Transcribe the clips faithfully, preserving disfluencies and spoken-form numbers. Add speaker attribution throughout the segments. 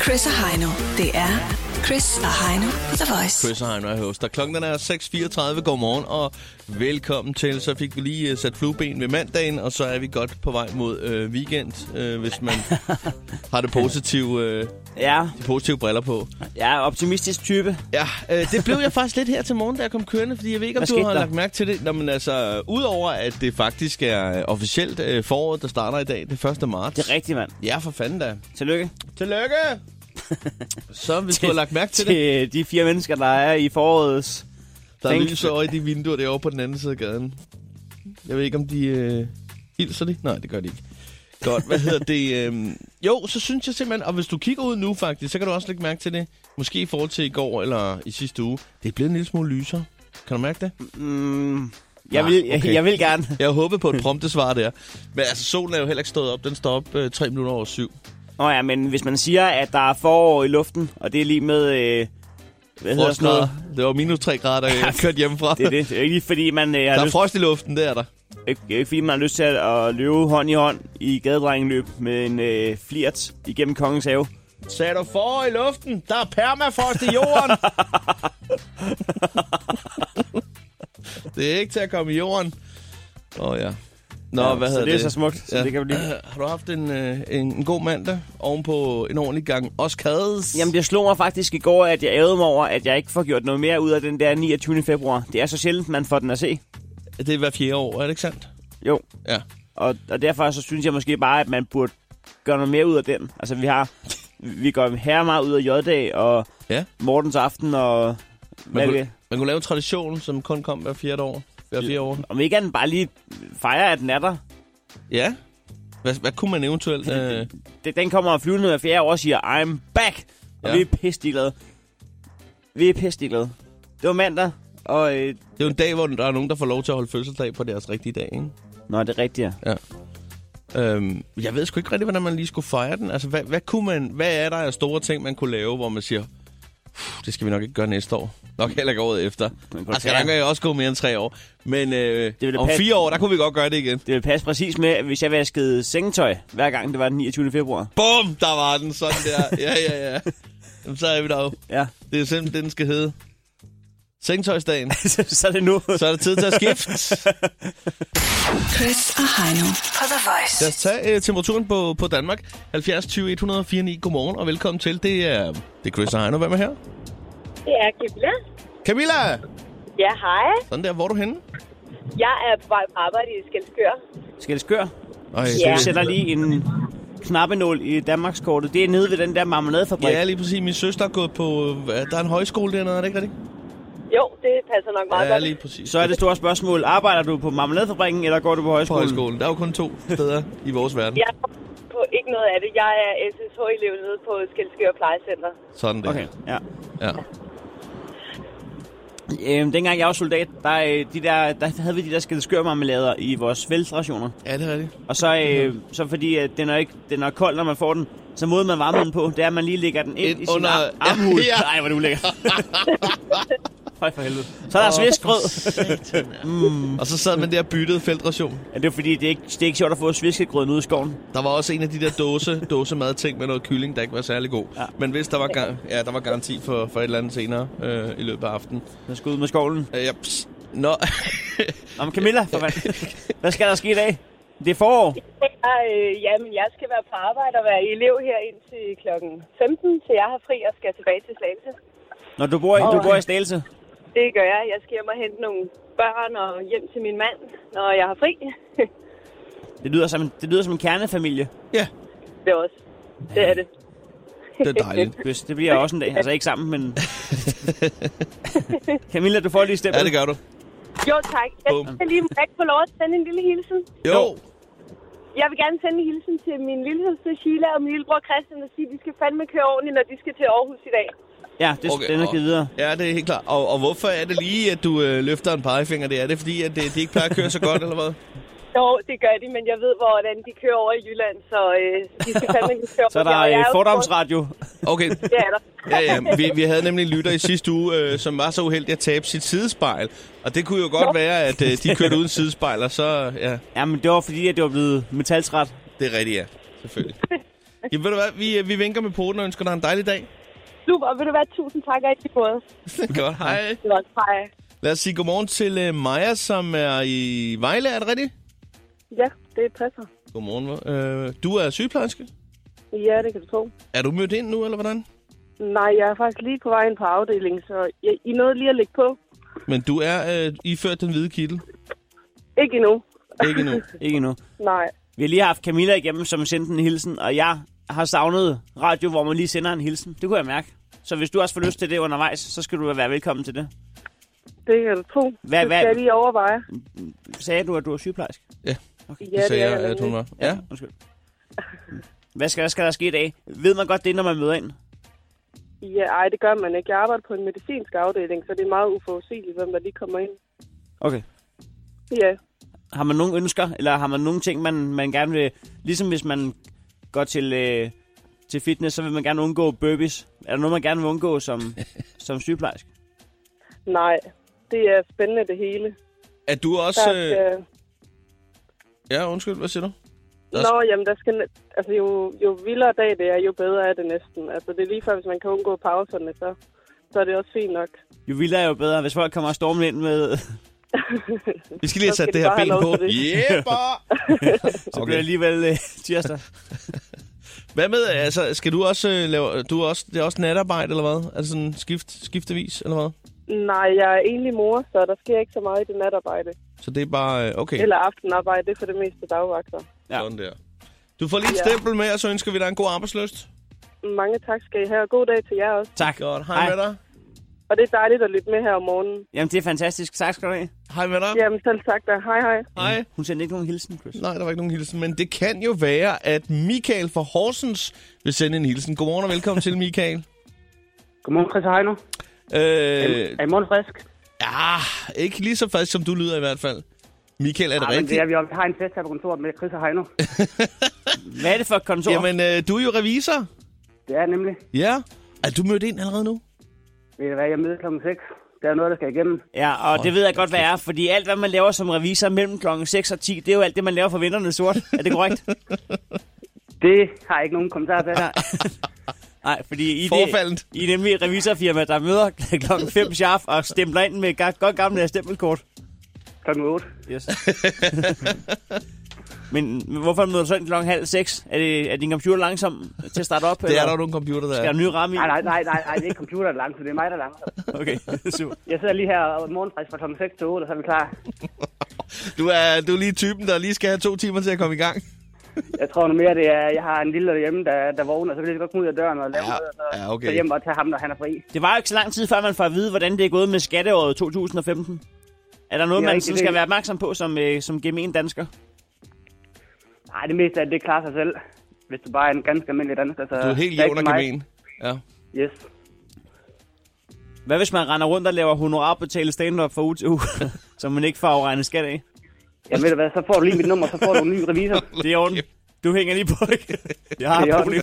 Speaker 1: Chris og Heino. Det er Chris og Heino på The Voice.
Speaker 2: Chris og Heino er host. Klokken er seks fireogtredive. Godmorgen og velkommen til. Så fik vi lige uh, sat flueben ved mandagen, og så er vi godt på vej mod uh, weekend, uh, hvis man har det positive, uh,
Speaker 3: ja.
Speaker 2: de positive briller på.
Speaker 3: Ja, optimistisk type.
Speaker 2: Ja, uh, det blev jeg faktisk lidt her til morgen, da jeg kom kørende, fordi jeg ved ikke, om
Speaker 3: Hvad
Speaker 2: du har
Speaker 3: der?
Speaker 2: lagt mærke til det. Nå, men altså, udover at det faktisk er officielt uh, foråret, der starter i dag, det første marts.
Speaker 3: Det er rigtigt, mand.
Speaker 2: Ja, for fanden da.
Speaker 3: Tillykke.
Speaker 2: Tillykke! Så hvis du har lagt mærke til,
Speaker 3: til
Speaker 2: det.
Speaker 3: de fire mennesker, der er i forårets...
Speaker 2: Der er lys over i de vinduer derovre på den anden side af gaden. Jeg ved ikke, om de øh, hilser de? Nej, det gør de ikke. Godt, hvad hedder det? Øh, jo, så synes jeg simpelthen, og hvis du kigger ud nu faktisk, så kan du også lægge mærke til det. Måske i forhold til i går eller i sidste uge. Det er blevet en lille smule lysere. Kan du mærke det?
Speaker 3: Mm, jeg, vil, jeg,
Speaker 2: okay.
Speaker 3: jeg vil gerne.
Speaker 2: Jeg håber på et prompte svar der. Men altså, solen er jo heller ikke stået op. Den står op øh, tre minutter over syv.
Speaker 3: Nå ja, men hvis man siger, at der er forår i luften, og det er lige med... Øh, hvad hedder sådan noget?
Speaker 2: Det var minus tre grader, da jeg kørte hjemmefra.
Speaker 3: Det er det. Det er ikke lige fordi, man øh, har
Speaker 2: Der er
Speaker 3: lyst...
Speaker 2: frost i luften, det er der.
Speaker 3: Ikke, ikke fordi, man har lyst til at, at løbe hånd i hånd i gadedrengenløb med en øh, flirt igennem Kongens Have.
Speaker 2: Sagde du forår i luften? Der er permafrost i jorden! Det er ikke til at komme i jorden. Åh oh, ja. Nå,
Speaker 3: ja,
Speaker 2: hvad
Speaker 3: så
Speaker 2: hedder
Speaker 3: det?
Speaker 2: det?
Speaker 3: er så smukt, så
Speaker 2: ja.
Speaker 3: det kan du lide.
Speaker 2: Har du haft en, øh, en, en god mandag ovenpå en ordentlig gang Oscars?
Speaker 3: Jamen, det slog mig faktisk i går, at jeg ærgede mig over, at jeg ikke får gjort noget mere ud af den der niogtyvende februar. Det er så sjældent, man får den at se.
Speaker 2: Det er hver fjerde år, er det ikke sandt?
Speaker 3: Jo.
Speaker 2: Ja.
Speaker 3: Og, og derfor så synes jeg måske bare, at man burde gøre noget mere ud af den. Altså, vi har... Vi går her meget ud af J-dag og
Speaker 2: ja.
Speaker 3: Mortens aften og...
Speaker 2: Man kunne, man kunne lave en tradition, som kun kom hver fjerde år. Hver fjerde år.
Speaker 3: Om ikke andet bare lige fejre, at den er der.
Speaker 2: Ja. Hvad, hvad kunne man eventuelt... Øh...
Speaker 3: Den kommer flyvende hver fjerde år og siger, I'm back! Og ja. vi er pisse glade. Vi er pisse glade. Det var mandag, og... Øh...
Speaker 2: Det er jo en dag, hvor der er nogen, der får lov til at holde fødselsdag på deres rigtige dag, ikke?
Speaker 3: Nå, det er rigtigt, ja.
Speaker 2: Ja. Øhm, jeg ved sgu ikke rigtig, hvordan man lige skulle fejre den. Altså, hvad, hvad, kunne man, hvad er der af store ting, man kunne lave, hvor man siger, det skal vi nok ikke gøre næste år. Nok heller ikke året efter. Altså, der kan også gå mere end tre år. Men øh, om fire år, der kunne vi godt gøre det igen.
Speaker 3: Det vil passe præcis med, hvis jeg vaskede sengetøj, hver gang det var den niogtyvende februar.
Speaker 2: Bum! Der var den sådan der. Ja, ja, ja. Jamen, så er vi der jo.
Speaker 3: Ja.
Speaker 2: Det er simpelthen det, den skal hedde. Sengetøjsdagen.
Speaker 3: Så er det nu.
Speaker 2: Så er det tid til at skifte.
Speaker 1: Chris og Heino på The Voice.
Speaker 2: Lad os tage uh, temperaturen på, på Danmark. halvfjerds tyve et nul fire ni. Godmorgen og velkommen til. Det er, det er Chris og Heino. Hvem er her?
Speaker 4: Det er Camilla.
Speaker 2: Camilla!
Speaker 4: Ja, hej.
Speaker 2: Sådan der. Hvor er du henne?
Speaker 4: Jeg er på vej på arbejde i Skælskør.
Speaker 3: Skælskør?
Speaker 2: Ej,
Speaker 3: ja. Du sætter lige en knappenål i Danmarkskortet. Det er nede ved den der marmeladefabrik.
Speaker 2: Ja, lige præcis. Min søster er gået på... Der er en højskole dernede, er det ikke rigtigt?
Speaker 4: Jo, det passer nok meget
Speaker 2: ja,
Speaker 4: godt.
Speaker 2: Lige præcis.
Speaker 3: Så er det store spørgsmål. Arbejder du på marmeladefabrikken, eller går du på højskolen?
Speaker 2: På højskolen. Der er jo kun to steder i vores verden.
Speaker 4: Jeg er på ikke noget af det. Jeg er S S H-elev nede på Skælskør Plejecenter.
Speaker 2: Sådan det.
Speaker 3: Okay, ja.
Speaker 2: Ja.
Speaker 3: Øhm, dengang jeg var soldat, der, de der, der havde vi de der Skælskør-marmelader i vores feltrationer.
Speaker 2: Ja, det er rigtigt.
Speaker 3: Og så, øh, så fordi at den, er ikke, den er kold, når man får den, så måden man varmer den på, det er, at man lige lægger den ind, ind i sin
Speaker 2: under...
Speaker 3: ar- armhul.
Speaker 2: Ja, ja.
Speaker 3: Ej, hvor er det ulækkert. Høj for helvede. Så er der oh, sviskegrød.
Speaker 2: mm. Og så sad man der og byttede feltration.
Speaker 3: Ja, det er fordi, det er ikke, det er ikke sjovt at få sviskegrøden ude i skoven.
Speaker 2: Der var også en af de der dåse, dåse madting med noget kylling, der ikke var særlig god. Ja. Men hvis der var, gar- ja, der var garanti for, for et eller andet senere øh, i løbet af aftenen.
Speaker 3: Der skal ud med skovlen.
Speaker 2: Øh, ja, Nå.
Speaker 3: Nå, men Camilla, for hvad? Hvad skal der ske i dag? Det er forår.
Speaker 4: Ja, øh, jamen, jeg skal være på arbejde og være elev her indtil klokken femten, til jeg har fri og skal tilbage til Slagelse.
Speaker 3: Når du bor i, du bor i Slagelse?
Speaker 4: Det gør jeg. Jeg skal hjem og hente nogle børn og hjem til min mand, når jeg har fri.
Speaker 3: det, lyder som en, det lyder som en kernefamilie.
Speaker 2: Ja.
Speaker 4: Det er også. Det er det.
Speaker 2: Det er dejligt.
Speaker 3: Det bliver også en dag. Altså ikke sammen, men... Camilla, du får lige stemt.
Speaker 2: Ja, det gør du.
Speaker 4: Jo, tak. Jeg skal lige ikke få lov at sende en lille hilsen.
Speaker 2: Jo.
Speaker 4: Jeg vil gerne sende en hilsen til min lille søster Sheila og min lillebror Christian og sige, at de skal fandme køre ordentligt, når de skal til Aarhus i dag.
Speaker 3: Ja, det, okay, den er givet videre.
Speaker 2: Ja, det er helt klart. Og, og hvorfor er det lige, at du øh, løfter en pegefinger? Det er det, fordi at det, de ikke plejer at køre så godt, eller hvad?
Speaker 4: Jo, det gør de, men jeg ved, hvordan de kører over i Jylland, så øh, de skal fandme ikke køre.
Speaker 3: Så er der øh, fordomsradio.
Speaker 2: Okay.
Speaker 4: Det er der.
Speaker 2: Ja, ja. Vi, vi havde nemlig en lytter i sidste uge, øh, som var så uheldig at tabe sit sidespejl. Og det kunne jo godt være, at øh, de kørte uden sidespejl, og så... Ja.
Speaker 3: Ja, men det var fordi, at det var blevet metaltræt.
Speaker 2: Det er rigtigt, ja. Selvfølgelig. Jamen, ved du hvad? Vi, vi vinker med poten og ønsker dig en dejlig dag.
Speaker 4: Super, vil du være tusind tak rigtig både.
Speaker 2: Godt, hej.
Speaker 4: Det var hej.
Speaker 2: Lad os sige godmorgen til uh, Maja, som er i Vejle. Er det rigtigt?
Speaker 4: Ja, det passer.
Speaker 2: Godmorgen. Uh, du er sygeplejerske?
Speaker 4: Ja, det kan du tro.
Speaker 2: Er du mødt ind nu, eller hvordan?
Speaker 4: Nej, jeg er faktisk lige på vej ind på afdelingen, så jeg, I nåede lige at lægge på.
Speaker 2: Men du er uh, iført den hvide kittel?
Speaker 4: Ikke endnu.
Speaker 2: Ikke endnu.
Speaker 3: Ikke endnu.
Speaker 4: Nej.
Speaker 3: Vi har lige haft Camilla igennem, som sendte en hilsen, og jeg har savnet radio, hvor man lige sender en hilsen. Det kunne jeg mærke. Så hvis du også får lyst til det undervejs, så skal du være velkommen til det.
Speaker 4: Det kan du tro.
Speaker 3: Hvad,
Speaker 4: det
Speaker 3: hvad?
Speaker 4: skal jeg lige overveje.
Speaker 3: Sagde du, at du er sygeplejerske?
Speaker 2: Ja,
Speaker 3: okay.
Speaker 2: Det sagde
Speaker 4: ja,
Speaker 2: jeg, at hun var. Ja,
Speaker 3: undskyld. Hvad skal, hvad skal der ske i dag? Ved man godt det, når man møder ind?
Speaker 4: Ja, ej, det gør man ikke. Jeg arbejder på en medicinsk afdeling, så det er meget uforudsigeligt, hvem der lige kommer ind.
Speaker 3: Okay.
Speaker 4: Ja.
Speaker 3: Har man nogle ønsker, eller har man nogle ting, man, man gerne vil... Ligesom hvis man går til, øh, til fitness, så vil man gerne undgå burpees. Er der noget, man gerne vil undgå som, som sygeplejerske?
Speaker 4: Nej, det er spændende det hele.
Speaker 2: Er du også...
Speaker 4: Der skal...
Speaker 2: Ja, undskyld, hvad siger du?
Speaker 4: Der Nå, jamen, der skal... Altså, jo, jo vildere dag det er, jo bedre er det næsten. Altså, det er lige før, hvis man kan undgå pauserne, så, så er det også fint nok.
Speaker 3: Jo vildere er jo bedre, hvis folk kommer og stormer ind med...
Speaker 2: Vi skal lige have sat det her ben på. Yeah, så
Speaker 3: okay. Bliver det alligevel øh, tirsdag.
Speaker 2: Hvad med, altså, skal du også øh, lave... Du er også, det er også natarbejde, eller hvad? Er det sådan skift, skiftevis, eller hvad?
Speaker 4: Nej, jeg er egentlig mor, så der sker ikke så meget i det natarbejde.
Speaker 2: Så det er bare... Okay.
Speaker 4: Eller aftenarbejde, det er for det meste dagvagter.
Speaker 2: Ja. Sådan der. Du får lige et stempel med, og så ønsker vi dig en god arbejdslyst.
Speaker 4: Mange tak skal I have, og god dag til jer også.
Speaker 3: Tak.
Speaker 2: Godt. Hej, Hej med dig.
Speaker 4: Og det er dejligt at lytte med her om morgenen.
Speaker 3: Jamen, det er fantastisk. Tak skal du have.
Speaker 2: Hej med dig.
Speaker 4: Jamen, selv tak da. Hej, hej.
Speaker 2: Hej.
Speaker 3: Hun sendte ikke nogen hilsen, Chris.
Speaker 2: Nej, der var ikke nogen hilsen, men det kan jo være, at Michael fra Horsens vil sende en hilsen. Godmorgen og velkommen til, Michael.
Speaker 5: Godmorgen, Chris og Heino.
Speaker 2: Øh,
Speaker 5: er I morgen frisk?
Speaker 2: Ja, ikke lige så frisk, som du lyder i hvert fald. Michael, er det
Speaker 5: ja,
Speaker 2: rigtigt?
Speaker 5: Det er, vi har en fest her på kontoret med Chris og Heino.
Speaker 3: Hvad er det for et kontor?
Speaker 2: Jamen, øh, du er jo revisor.
Speaker 5: Det er nemlig.
Speaker 2: Ja. Er du mødt ind allerede nu?
Speaker 5: Ved du hvad, jeg møder klokken seks. Der er noget, der skal igennem.
Speaker 3: Ja, og oh, det ved jeg godt, hvad er, fordi alt, hvad man laver som revisor mellem klokken seks og ti, det er jo alt det, man laver for vinterne sort. Er det korrekt?
Speaker 5: Det har jeg ikke nogen kommentar til.
Speaker 3: Nej, fordi I,
Speaker 2: det,
Speaker 3: I er nemlig revisorfirma, der møder klokken fem sharp og stempler ind med et godt gamle stempelkort.
Speaker 5: Klokken otte.
Speaker 3: Yes. Men hvorfor møder du så ind klokken halv seks? Er, det, er din computer langsom til at starte op?
Speaker 2: Det
Speaker 3: eller?
Speaker 2: er der nogle computer, der
Speaker 3: er. Skal der en ny ramme i?
Speaker 5: Nej, nej, nej, nej, nej, det er ikke computer, der er langsom. Det er mig, der er langsom.
Speaker 3: Okay, super.
Speaker 5: Jeg sidder lige her og morgenfrisk fra klokken seks til otte, og så er vi klar.
Speaker 2: Du er, du er lige typen, der lige skal have to timer til at komme i gang.
Speaker 5: Jeg tror nu mere, det er, jeg har en lille derhjemme, der, der vågner, så vil jeg godt komme ud af døren og lave
Speaker 2: ja,
Speaker 5: noget, og så,
Speaker 2: ja, okay.
Speaker 5: så hjem og tage ham, når han er fri.
Speaker 3: Det var jo ikke så lang tid før, man får at vide, hvordan det er gået med skatteåret to tusind og femten. Er der noget, man sådan skal være opmærksom på som, øh, som gemen dansker?
Speaker 5: Nej, det meste af det klarer sig selv, hvis du bare er en ganske almindelig dansker. Så
Speaker 2: du er helt jævn og gemen. Ja.
Speaker 5: Yes.
Speaker 3: Hvad hvis man render rundt og laver honorarbetale stand-up for uge til uge, som man ikke får afregnet skat af?
Speaker 5: Jamen ved du hvad, så får du lige mit nummer, så får du en ny revisor.
Speaker 3: Det er orden. Du hænger lige på, ikke? Jeg har et problem.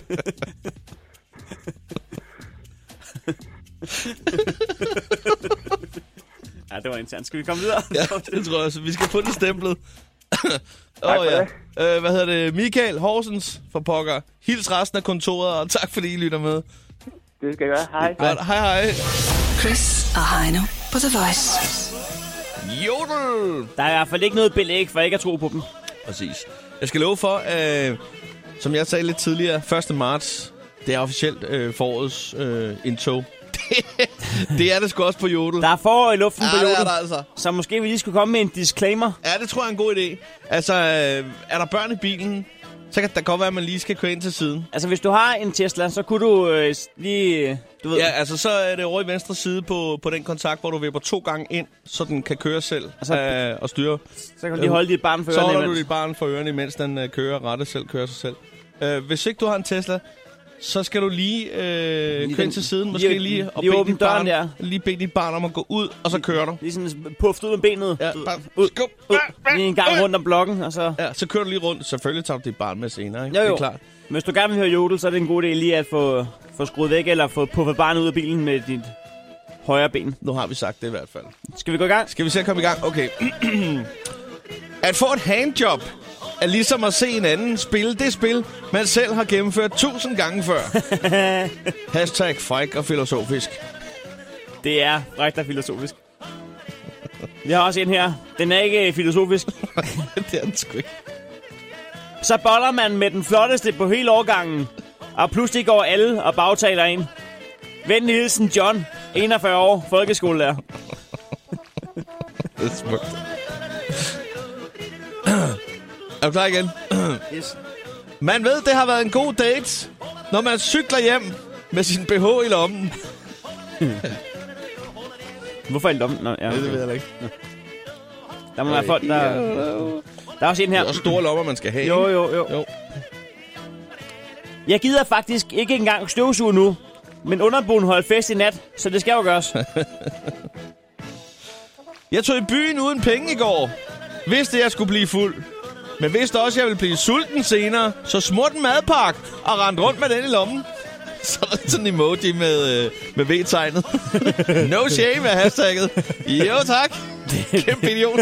Speaker 3: Ja, det var internt. Skal vi komme videre?
Speaker 2: Ja, det tror jeg også. Vi skal få det stemplet. Åh oh, ja. Øh, hvad hedder det? Michael Horsens for pokker. Hils resten af kontoret, og tak fordi I lytter med.
Speaker 5: Det skal jeg gøre. Hej.
Speaker 2: Godt. Hej, hej.
Speaker 1: Chris og Heino på The Voice.
Speaker 2: Jodel!
Speaker 3: Der er i hvert fald ikke noget belæg for ikke at tro på dem.
Speaker 2: Præcis. Jeg skal love for, øh, som jeg sagde lidt tidligere, første marts, det er officielt øh, forårets øh, indtog. Det er det sgu også på Jodel.
Speaker 3: Der er forår i luften
Speaker 2: ja,
Speaker 3: på Jodel.
Speaker 2: Det er der altså.
Speaker 3: Så måske vi lige skulle komme med en disclaimer.
Speaker 2: Ja, det tror jeg er en god idé. Altså, øh, er der børn i bilen, så kan det godt være, at man lige skal køre ind til siden.
Speaker 3: Altså, hvis du har en Tesla, så kunne du øh, lige... Du ved.
Speaker 2: Ja, altså, så er det over i venstre side på, på den kontakt, hvor du vipper to gange ind, så den kan køre selv altså, øh, og styre.
Speaker 3: Så kan du lige holde dit barn for ørerne.
Speaker 2: Så holder
Speaker 3: imens.
Speaker 2: du dit barn for ørerne, mens den øh, kører rette selv, kører sig selv. Øh, hvis ikke du har en Tesla, så skal du lige øh, køre ind til siden, måske lige, lige, og
Speaker 3: lige
Speaker 2: bede
Speaker 3: åbne
Speaker 2: dit
Speaker 3: døren
Speaker 2: barn,
Speaker 3: der.
Speaker 2: lige bede dit barn om at gå ud, og så kører du.
Speaker 3: Lige sådan puffet ud med benet.
Speaker 2: Ja, bare
Speaker 3: ud,
Speaker 2: skub.
Speaker 3: ud. Lige en gang rundt om blokken, og så...
Speaker 2: Ja, så kører du lige rundt. Selvfølgelig tager du dit barn med senere, ikke?
Speaker 3: Jo, jo.
Speaker 2: Det er klart.
Speaker 3: Hvis du gerne vil høre Jodel, så er det en god idé lige at få, få skruet væk, eller få puffet barnet ud af bilen med dit højre ben.
Speaker 2: Nu har vi sagt det i hvert fald.
Speaker 3: Skal vi gå i gang?
Speaker 2: Skal vi se at komme i gang? Okay. At få et handjob er ligesom at se en anden spille det spil, man selv har gennemført tusind gange før. Hashtag fræk og filosofisk.
Speaker 3: Det er frækt og filosofisk. Vi har også en her. Den er ikke filosofisk.
Speaker 2: Det er den sgu ikke.
Speaker 3: Så boller man med den flotteste på hele årgangen, og pludselig går alle og bagtaler en. Venlig hilsen John, enogfyrre år, folkeskolelærer.
Speaker 2: Det er smukt. Er du klar igen?
Speaker 3: Yes.
Speaker 2: Man ved, det har været en god date, når man cykler hjem med sin B H i lommen.
Speaker 3: Hvorfor i lommen? Nå, ja, okay.
Speaker 2: Det ved jeg ikke.
Speaker 3: Der må være folk, der... Der er også en her.
Speaker 2: Det er også store lommer, man skal have.
Speaker 3: Jo, jo, jo.
Speaker 2: jo.
Speaker 3: Jeg gider faktisk ikke engang støvsuge nu, men underboen holdt fest i nat, så det skal jo gøres.
Speaker 2: Jeg tog i byen uden penge i går. Vidste, jeg skulle blive fuld. Men vidste også, jeg ville blive sulten senere. Så smurte en madpakke og rendte rundt med den i lommen. Så er der sådan en emoji med, øh, med V-tegnet. No shame er hashtagget. Jo tak. Kæmpe idiot.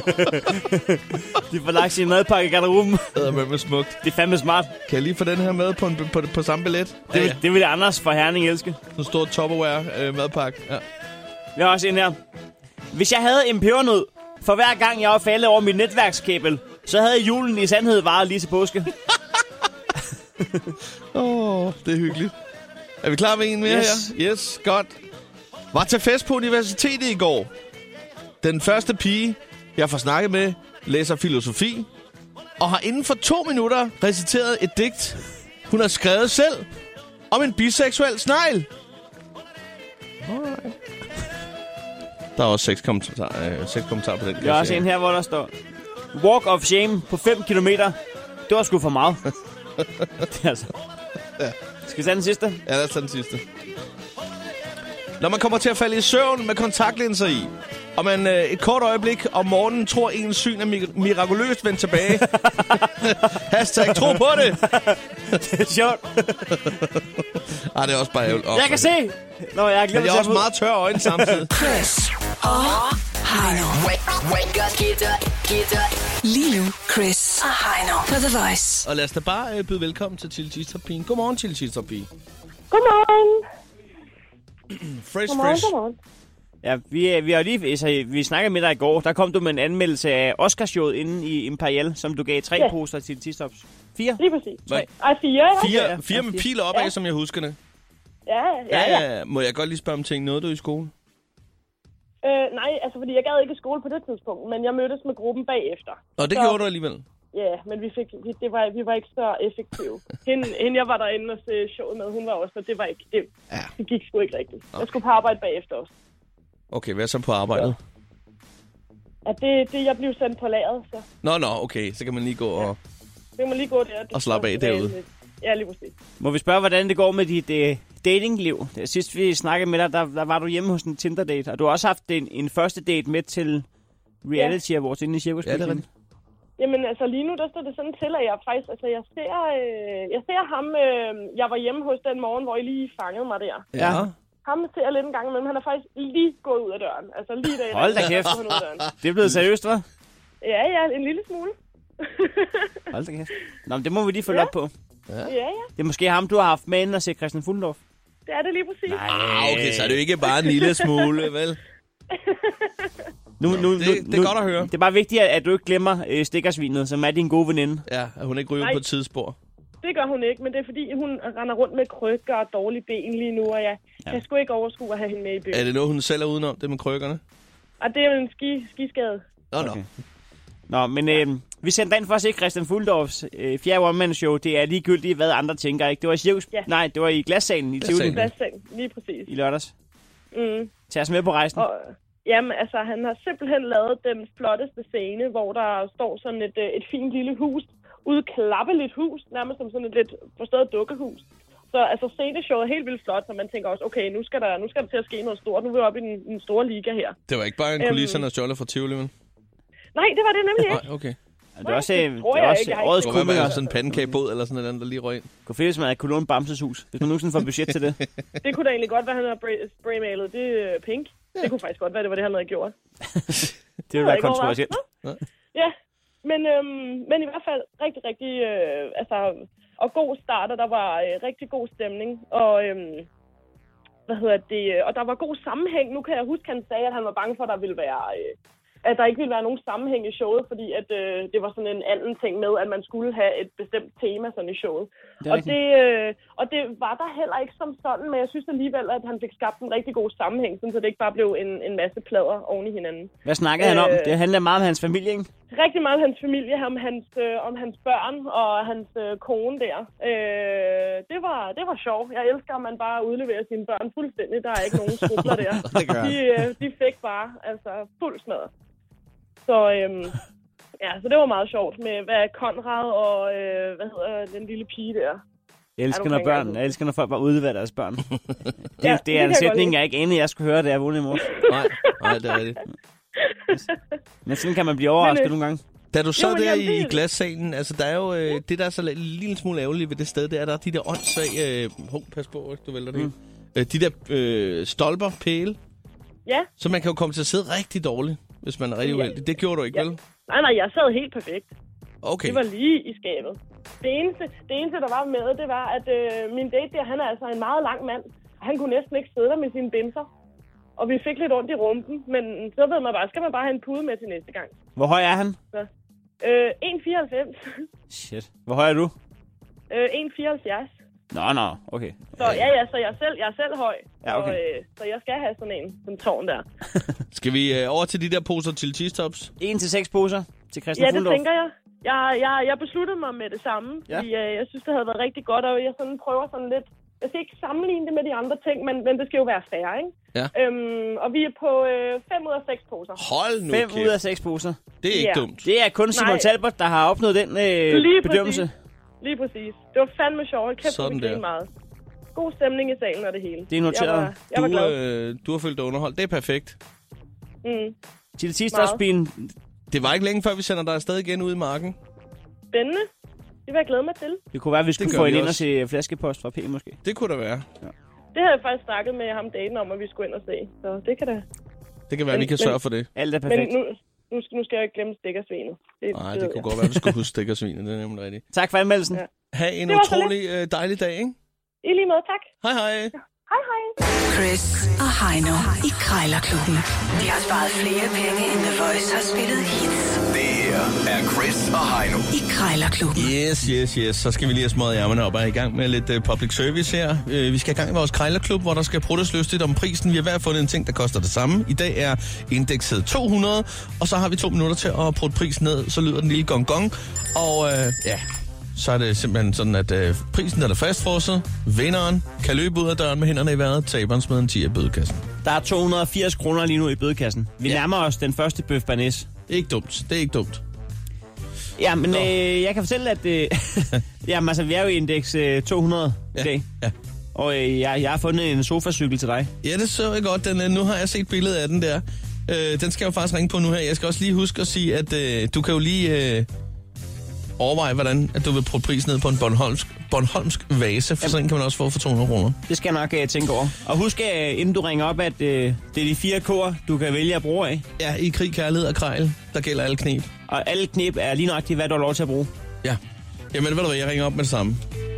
Speaker 3: De får lagt sin madpakke i garderoben.
Speaker 2: Det er med smukt.
Speaker 3: Det er fandme smart.
Speaker 2: Kan jeg lige få den her med på, en, på, på, på samme billet?
Speaker 3: Det, ja, ja. Det vil Anders fra Herning elske.
Speaker 2: En stor Tupperware øh, madpakke. Ja.
Speaker 3: Vi har også en her. Hvis jeg havde en pebernød, for hver gang jeg var faldet over mit netværkskabel, så havde julen i sandhed varet lige til påske.
Speaker 2: Åh, oh, det er hyggeligt. Er vi klar med en mere
Speaker 3: yes.
Speaker 2: her? Yes, godt. Var til fest på universitetet i går. Den første pige, jeg får snakket med, læser filosofi, og har inden for to minutter reciteret et digt, hun har skrevet selv, om en biseksuel snegl. Alright. Der er også seks kommentarer, øh, seks kommentarer på den.
Speaker 3: Jeg har også en her, hvor der står: Walk of shame på fem kilometer. Det var sgu for meget. Det er altså...
Speaker 2: Ja.
Speaker 3: Skal vi tage den sidste?
Speaker 2: Ja, lad os tage den sidste. Når man kommer til at falde i søvn med kontaktlinser i, og man øh, et kort øjeblik om morgenen tror, ens syn er mir- mirakuløst vendt tilbage. Hashtag tro på det.
Speaker 3: Det er sjovt.
Speaker 2: Ej, det er også bare ærgerligt. Oh,
Speaker 3: jeg kan se. Nå, jeg har glemt.
Speaker 2: Men jeg har også meget tørre øjne samtidig.
Speaker 1: Chris og Heino. Lige nu, Chris og Heino på The Voice.
Speaker 2: Og lad os da bare øh, byde velkommen til Chili Cheese Top Pige. Godmorgen, Chili Cheese Top Pige.
Speaker 4: Godmorgen.
Speaker 2: Fresh,
Speaker 4: Godmorgen,
Speaker 2: fresh.
Speaker 4: godmorgen.
Speaker 3: Ja, vi, vi har lige, altså, vi snakkede med dig i går. Der kom du med en anmeldelse af Oscarshowet inde i Imperial, som du gav tre
Speaker 4: Ja.
Speaker 3: poster til T-Stops. Fire?
Speaker 4: Lige præcis.
Speaker 2: Hvad?
Speaker 4: Ej, fire, ja.
Speaker 2: Fire,
Speaker 3: ja.
Speaker 2: fire med
Speaker 3: Ja.
Speaker 2: piler opad,
Speaker 4: Ja.
Speaker 2: som jeg husker det.
Speaker 4: Ja, ja, ja.
Speaker 2: ja. Må jeg godt lige spørge om ting? Nåede du i skole?
Speaker 4: Øh, nej, altså fordi jeg gad ikke i skole på det tidspunkt, men jeg mødtes med gruppen bagefter.
Speaker 2: Og det
Speaker 4: Så-
Speaker 2: gjorde du alligevel.
Speaker 4: Ja, men vi fik, vi, det var, vi var ikke så effektive. Hende, hende, jeg var derinde og se showet med, hun var også, og det var ikke, det,
Speaker 2: Ja.
Speaker 4: det gik sgu ikke rigtigt.
Speaker 2: Okay.
Speaker 4: Jeg skulle på arbejde bagefter også.
Speaker 2: Okay, hvad så på arbejdet?
Speaker 4: At det, det, jeg blev sendt på lageret, så
Speaker 2: Nå, nå, okay. Så kan man lige gå og...
Speaker 4: det må lige gå der.
Speaker 2: Og slappe af derude.
Speaker 4: Ja, lige præcis.
Speaker 3: Må vi spørge, hvordan det går med dit uh, datingliv? Sidst vi snakkede med dig, der, der var du hjemme hos en Tinder-date, og du har også haft en, en første date med til Reality
Speaker 4: Ja.
Speaker 3: Awards inde i Cirkus.
Speaker 2: Ja, det er rigtigt.
Speaker 4: Jamen, altså lige nu, der står det sådan til, at jeg faktisk, altså jeg ser, øh, jeg ser ham, øh, jeg var hjemme hos den morgen, hvor I lige fangede mig der.
Speaker 3: Ja.
Speaker 4: Ham ser jeg lidt en gang imellem, han er faktisk lige gået ud af døren. Altså lige der.
Speaker 3: Hold da kæft. Det er blevet seriøst, hva'?
Speaker 4: Ja, ja, en lille smule.
Speaker 3: Hold da kæft. Nå, men det må vi lige følge
Speaker 4: Ja.
Speaker 3: op på.
Speaker 4: Ja, ja,
Speaker 3: Det er måske ham, du har haft med ind og se Christian Fuldorf.
Speaker 4: det er det lige præcis.
Speaker 2: Ah, okay, så er det jo ikke bare en lille smule, vel?
Speaker 3: Nu, nu,
Speaker 2: Det,
Speaker 3: nu,
Speaker 2: det er
Speaker 3: nu,
Speaker 2: godt at høre.
Speaker 3: Det er bare vigtigt, at du ikke glemmer øh, stikkersvinet, som er din gode veninde.
Speaker 2: Ja, at hun ikke ryger
Speaker 4: Nej.
Speaker 2: på et tidsspor.
Speaker 4: Det gør hun ikke, men det er fordi, hun render rundt med krykker og dårlige ben lige nu, og jeg
Speaker 3: Ja.
Speaker 4: kan sgu ikke overskue at have hende med i byen.
Speaker 2: Er det noget, hun selv er udenom, det med krykkerne?
Speaker 4: Og det er jo en ski, skiskade.
Speaker 2: Nå, nå.
Speaker 3: Okay. Nå, men øh, vi sendte ind for at se Christian Fuldorfs øh, fjerde one-man-show. Det er ligegyldigt, hvad andre tænker, ikke? Det var i Cirkus...
Speaker 4: Ja.
Speaker 3: Nej, det var i Glassalen i Tivoli
Speaker 2: Glassalen.
Speaker 4: Glasseng, lige præcis.
Speaker 3: i lørdags.
Speaker 4: Mm.
Speaker 3: Tag os med på rejsen.
Speaker 4: Og, jamen, altså, han har simpelthen lavet den flotteste scene, hvor der står sådan et, øh, et fint lille hus, udklappeligt hus, nærmest som sådan et lidt forstået dukkehus. Så altså, sceneshowet er helt vildt flot, så man tænker også, okay, nu skal der, nu skal der til at ske noget stort. Nu er vi oppe i den, den store liga her.
Speaker 2: Det var ikke bare en
Speaker 4: Øhm.
Speaker 2: kulisse, der stjålet fra Tivoli, vel?
Speaker 4: Nej, det var det nemlig ikke.
Speaker 2: Nej, okay.
Speaker 3: Det er også, øh,
Speaker 4: det tror
Speaker 3: det er
Speaker 4: jeg
Speaker 3: også
Speaker 4: ikke. Jeg har
Speaker 3: årets
Speaker 2: Det kunne være
Speaker 3: komiker.
Speaker 2: sådan en pandekagebåd eller sådan noget, der lige røg ind.
Speaker 3: Kunne fedt, hvis man havde kunne låne Bamses hus. Hvis man nogensinde får budget til det.
Speaker 4: Det kunne da egentlig godt være, han havde spray- spraymalet. Det er pink. Ja. Det kunne faktisk godt være, det var det, han havde gjort.
Speaker 3: Det ville være kontroversielt.
Speaker 4: Ja. men, øhm, men i hvert fald rigtig, rigtig, øh, altså, og god start, og der var øh, rigtig god stemning, og, øhm, hvad hedder det, og der var god sammenhæng. Nu kan jeg huske, han sagde, at han var bange for, at der ville være, øh, at der ikke ville være nogen sammenhæng i showet, fordi at, øh, det var sådan en anden ting med, at man skulle have et bestemt tema sådan i showet. Det og, det, øh, og det var der heller ikke som sådan, men jeg synes alligevel, at han fik skabt en rigtig god sammenhæng, så det ikke bare blev en, en masse plader oven i hinanden.
Speaker 3: Hvad snakkede øh, han om? Det handler meget om hans familie, ikke?
Speaker 4: Rigtig meget om hans familie, om hans, øh, om hans børn og hans øh, kone der. Øh, det, var, det var sjovt. Jeg elsker, at man bare udleverer sine børn fuldstændig. Der er ikke nogen skrubler der. de, øh, de fik bare altså fuld smadret. Så, øhm, ja, så det var meget sjovt med hvad Konrad og øh, hvad hedder den lille pige der.
Speaker 3: Jeg elsker, når børn, jeg elsker, når folk bare udleverer deres børn. det,
Speaker 4: ja,
Speaker 3: det er en sætning, jeg ikke anede, jeg skulle høre, da jeg vågnede i morges.
Speaker 2: Nej, nej, det er det.
Speaker 3: Men sådan kan man blive overrasket Men, nogle gange.
Speaker 2: Da du så
Speaker 4: jo,
Speaker 2: der
Speaker 4: jamen,
Speaker 2: i, i glassalen, altså der er jo øh, det, der er så en lille smule ærgerligt ved det sted, det er, der er de der åndssvage, øh, hov, pas på, ikke, du vælter det mm. øh, de der øh, stolper, pæle,
Speaker 4: ja.
Speaker 2: Så man kan jo komme til at sidde rigtig dårligt, hvis man er rigtig uheldig. Ja. Det gjorde du ikke, ja. vel?
Speaker 4: Nej, nej, jeg sad helt perfekt.
Speaker 2: Okay.
Speaker 4: Det var lige i skabet. Det eneste, det eneste der var med, det var, at øh, min date der, han er altså en meget lang mand. Han kunne næsten ikke sidde der med sine binser. Og vi fik lidt ondt i rumpen, men så ved man bare, skal man bare have en pude med til næste gang.
Speaker 3: Hvor høj er han?
Speaker 4: Så. Øh, en komma fireoghalvfems.
Speaker 3: Shit. Hvor høj er du?
Speaker 4: Øh, en komma fireoghalvfjerds.
Speaker 3: Nå, nå, okay.
Speaker 4: Så ja, ja, så jeg er selv, jeg er selv høj.
Speaker 3: Ja, okay.
Speaker 4: Og, øh, så jeg skal have sådan en, sådan tårn der.
Speaker 2: Skal vi øh, over til de der poser til cheese tops?
Speaker 3: En til seks poser til Christian
Speaker 4: Ja, det
Speaker 3: Fuglendorf.
Speaker 4: tænker jeg. Jeg, jeg. jeg besluttede mig med det samme,
Speaker 3: ja.
Speaker 4: fordi øh, jeg synes, det havde været rigtig godt, og jeg sådan prøver sådan lidt... Jeg skal ikke sammenligne det med de andre ting, men, men det skal jo være fair, ikke?
Speaker 2: Ja.
Speaker 4: Øhm, og vi er på øh, fem ud af seks poser.
Speaker 2: Hold nu
Speaker 3: Fem ud af seks poser.
Speaker 2: Det er ikke
Speaker 4: ja.
Speaker 2: dumt.
Speaker 3: Det er kun Simon Nej. Talbot, der har opnået den øh,
Speaker 4: Lige
Speaker 3: bedømmelse.
Speaker 4: Præcis. Lige præcis. Det var fandme sjovt. Kæft, sådan der. Meget. God stemning i salen og det hele.
Speaker 3: Det er noteret.
Speaker 4: Jeg var, jeg var
Speaker 2: du,
Speaker 4: glad.
Speaker 2: Øh, du har følt dig underholdt. Det er perfekt.
Speaker 4: Mm.
Speaker 3: Til det sidste også blive en...
Speaker 2: Det var ikke længe før, vi sender dig afsted igen ude i marken.
Speaker 4: Spændende. Det vil jeg glæde mig til.
Speaker 3: Det kunne være, at vi skulle få en ind og se flaskepost fra P måske.
Speaker 2: Det kunne der være.
Speaker 3: Ja.
Speaker 4: Det havde jeg faktisk snakket med ham daten om, at vi skulle ind og se. Så det kan da...
Speaker 2: Det kan være, at vi kan
Speaker 4: men,
Speaker 2: sørge for det.
Speaker 3: Alt er perfekt.
Speaker 4: Men nu, nu, skal, nu skal jeg ikke glemme stikkersvinet.
Speaker 2: Det, Nej, det, det kunne jeg. godt være, at vi skulle huske stikkersvinet. Det er nemlig rigtigt.
Speaker 3: Tak for anmeldelsen.
Speaker 4: Ja.
Speaker 2: Ha' en utrolig øh, dejlig dag, ikke?
Speaker 4: I lige måde, tak.
Speaker 2: Hej, hej.
Speaker 4: Ja. Hej, hej.
Speaker 1: Chris og Heino i Krejlerklubben. De har sparet flere penge, end The Voice har spillet hits.
Speaker 6: Det her er Chris og Heino
Speaker 1: i Krejlerklubben.
Speaker 2: Yes, yes, yes. Så skal vi lige have smøget ærmerne op og er i gang med lidt uh, public service her. Uh, vi skal i gang i vores Krejlerklub, hvor der skal pruttes lystigt om prisen. Vi har hver fundet en ting, der koster det samme. I dag er indekset to hundrede, og så har vi to minutter til at prutte prisen ned. Så lyder den lille gong gong. Og uh, ja... Så er det simpelthen sådan, at øh, prisen er der fastfrosset. Vinderen kan løbe ud af døren med hænderne i vejret. Taberen smider en ti i bødekassen.
Speaker 3: Der er to hundrede og firs kroner lige nu i bødekassen. Vi ja. nærmer os den første bøf bearnaise.
Speaker 2: Det er ikke dumt. Det er ikke dumt.
Speaker 3: Ja, men øh, jeg kan fortælle, at øh, jamen, altså, vi er jo i indeks øh, to hundrede
Speaker 2: ja.
Speaker 3: i dag.
Speaker 2: Ja.
Speaker 3: Og øh, jeg, jeg har fundet en sofacykel til dig.
Speaker 2: Ja, det så jeg godt. Den, nu har jeg set billedet af den der. Øh, den skal jeg jo faktisk ringe på nu her. Jeg skal også lige huske at sige, at øh, du kan jo lige... Øh, overveje, hvordan at du vil prøve prisen ned på en Bornholmsk, Bornholmsk vase, for sådan kan man også få for to hundrede kroner.
Speaker 3: Det skal jeg nok uh, tænke over. Og husk, uh, inden du ringer op, at uh, det er de fire K'er, du kan vælge at bruge af.
Speaker 2: Ja, i krig, kærlighed og krejl, der gælder alle knep.
Speaker 3: Og alle knep er lige nøjagtigt, hvad du har lov til at bruge.
Speaker 2: Ja. Jamen, ved du hvad, jeg ringer op med det samme.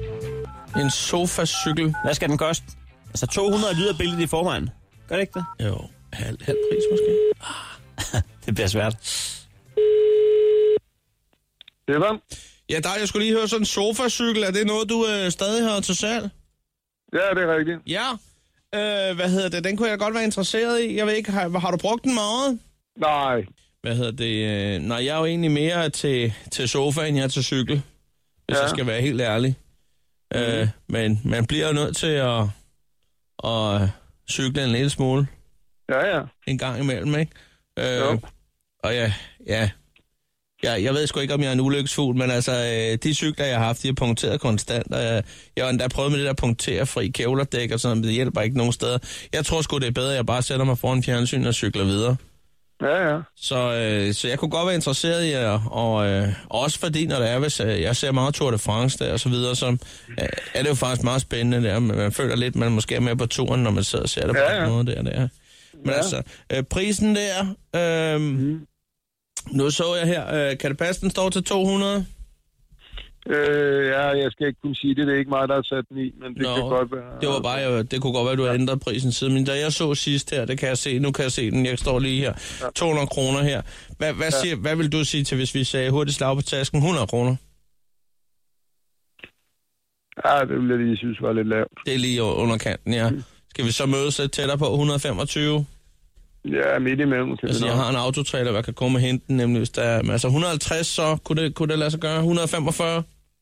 Speaker 2: En sofacykel.
Speaker 3: Hvad skal den koste? Altså to hundrede lyder billedet i forvejen. Gør det ikke det?
Speaker 2: Jo, halv, halv pris måske.
Speaker 3: Ah. Det bliver svært.
Speaker 7: Det er der.
Speaker 2: Ja, der jeg skulle lige høre sådan en sofacykel. Er det noget, du øh, stadig har til salg?
Speaker 7: Ja, det er rigtigt.
Speaker 2: Ja. Øh, hvad hedder det? Den kunne jeg godt være interesseret i. Jeg ved ikke, har, har du brugt den meget?
Speaker 7: Nej.
Speaker 2: Hvad hedder det? Øh, nej, jeg er jo egentlig mere til, til sofa, end jeg er til cykel. Hvis ja. jeg skal være helt ærlig. Mm. Øh, men man bliver jo nødt til at, at cykle en lille smule.
Speaker 7: Ja, ja. En
Speaker 2: gang imellem, ikke? Øh, og ja, ja... Ja, jeg ved sgu ikke, om jeg er en ulykkesfugl, men altså, øh, de cykler, jeg har haft, de har punkteret konstant, og jeg, jeg har endda prøvet med det der punkterfri kævlerdæk og sådan, men det hjælper ikke nogen steder. Jeg tror sgu, det er bedre, at jeg bare sætter mig foran fjernsyn og cykler videre.
Speaker 7: Ja, ja.
Speaker 2: Så, øh, så jeg kunne godt være interesseret i jer, og øh, også fordi, når det er, hvis øh, jeg ser meget Tour de France der og så videre, så øh, er det jo faktisk meget spændende der. Man føler lidt, man måske er med på turen, når man sidder og ser det på
Speaker 7: ja, ja.
Speaker 2: den måde der. der. Men ja. altså, øh, prisen der... Øh, mm. Nu så jeg her. Øh, kan det passe, den står til to hundrede?
Speaker 7: Øh, ja, jeg skal ikke kunne sige det. Det er ikke mig, der har sat den i, men det Nå, kan godt være...
Speaker 2: Det var bare, jeg, det kunne godt være, at du har ændret prisen siden. Men da jeg så sidst her, det kan jeg se. Nu kan jeg se den. Jeg står lige her. Ja. to hundrede kroner her. Hvad, hvad, ja. siger, hvad vil du sige til, hvis vi sagde hurtigt slag på tasken? hundrede kroner?
Speaker 7: Ja, det ville jeg lige synes var lidt lavt.
Speaker 2: Det er lige under kanten, ja. Mm. Skal vi så mødes lidt tættere på et hundrede og femogtyve?
Speaker 7: Ja, midt imellem.
Speaker 2: Altså, jeg har en autotrailer, der kan komme og hente den, nemlig hvis der er... Altså, et hundrede og halvtreds, så kunne det, kunne det lade sig gøre? et hundrede og femogfyrre?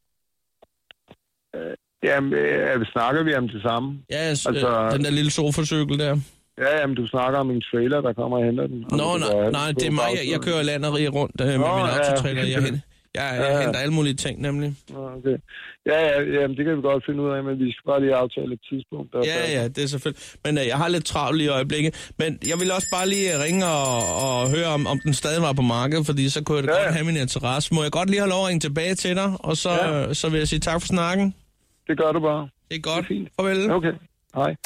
Speaker 7: Øh, jamen, øh, snakker vi om det samme?
Speaker 2: Ja, altså, øh, den der lille sofacykel der.
Speaker 7: Ja, jamen, du snakker om en trailer, der kommer og henter den.
Speaker 2: Nå, nej, nej, nej, det er mig. Jeg, jeg kører landet rundt øh, med Nå, min autotrailer. Ja. Jeg, jeg, jeg ja. henter alle mulige ting, nemlig.
Speaker 7: Okay. Ja, ja, jamen, det kan vi godt finde ud af, men vi skal bare lige aftale et tidspunkt. Der
Speaker 2: ja, ja, det er selvfølgelig. Men øh, jeg har lidt travlt i øjeblikket. Men jeg vil også bare lige ringe og, og høre, om, om den stadig var på markedet, fordi så kunne jeg da ja. godt have min interesse. Må jeg godt lige have lov at ringe tilbage til dig, og så, ja. så vil jeg sige tak for snakken.
Speaker 7: Det gør du bare.
Speaker 2: Det er godt.
Speaker 7: Det er fint.
Speaker 2: Farvel.
Speaker 7: Okay. Hej.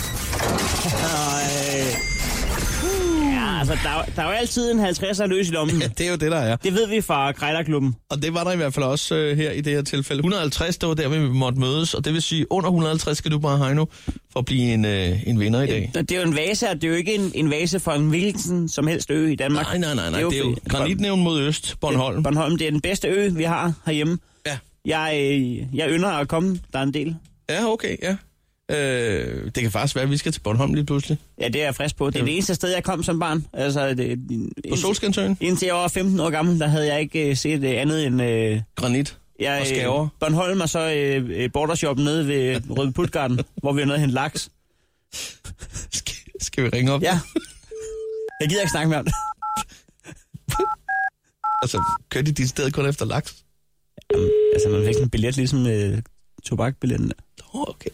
Speaker 3: Ja, altså, der, der er jo altid en halvtredser løs i lommen.
Speaker 2: Ja, det er jo det, der er.
Speaker 3: Det ved vi fra Krejlerklubben.
Speaker 2: Og det var der i hvert fald også øh, her i det her tilfælde. et hundrede og halvtreds, det var der, vi måtte mødes, og det vil sige, under et hundrede og halvtreds skal du bare have nu, for at blive en, øh, en vinder i dag.
Speaker 3: Det er jo en vase, og det er jo ikke en, en vase for en hvilken som helst ø i Danmark.
Speaker 2: Nej, nej, nej, nej. Det er jo, det er jo granitnævn mod øst, Bornholm.
Speaker 3: Bornholm, det er den bedste ø, vi har herhjemme.
Speaker 2: Ja.
Speaker 3: Jeg, øh, jeg ynder at komme, der er en del.
Speaker 2: Ja, okay, ja. Øh, det kan faktisk være, at vi skal til Bornholm lige pludselig.
Speaker 3: Ja, det er jeg frisk på. Det er ja. det eneste sted, jeg kom som barn. Altså, det,
Speaker 2: på Solskinsøen?
Speaker 3: Indtil jeg var femten år gammel, der havde jeg ikke set andet end... Øh,
Speaker 2: granit
Speaker 3: jeg,
Speaker 2: og skæver.
Speaker 3: Bornholm og så øh, bordershoppen nede ved Røde Putgarden, hvor vi er nede og hente laks.
Speaker 2: Skal, skal vi ringe op?
Speaker 3: Ja. Jeg gider ikke snakke mere om det.
Speaker 2: Altså, kører de de steder kun efter laks?
Speaker 3: Jamen, altså, man fik sådan en billet, ligesom øh, tobakbilletten.
Speaker 2: Okay.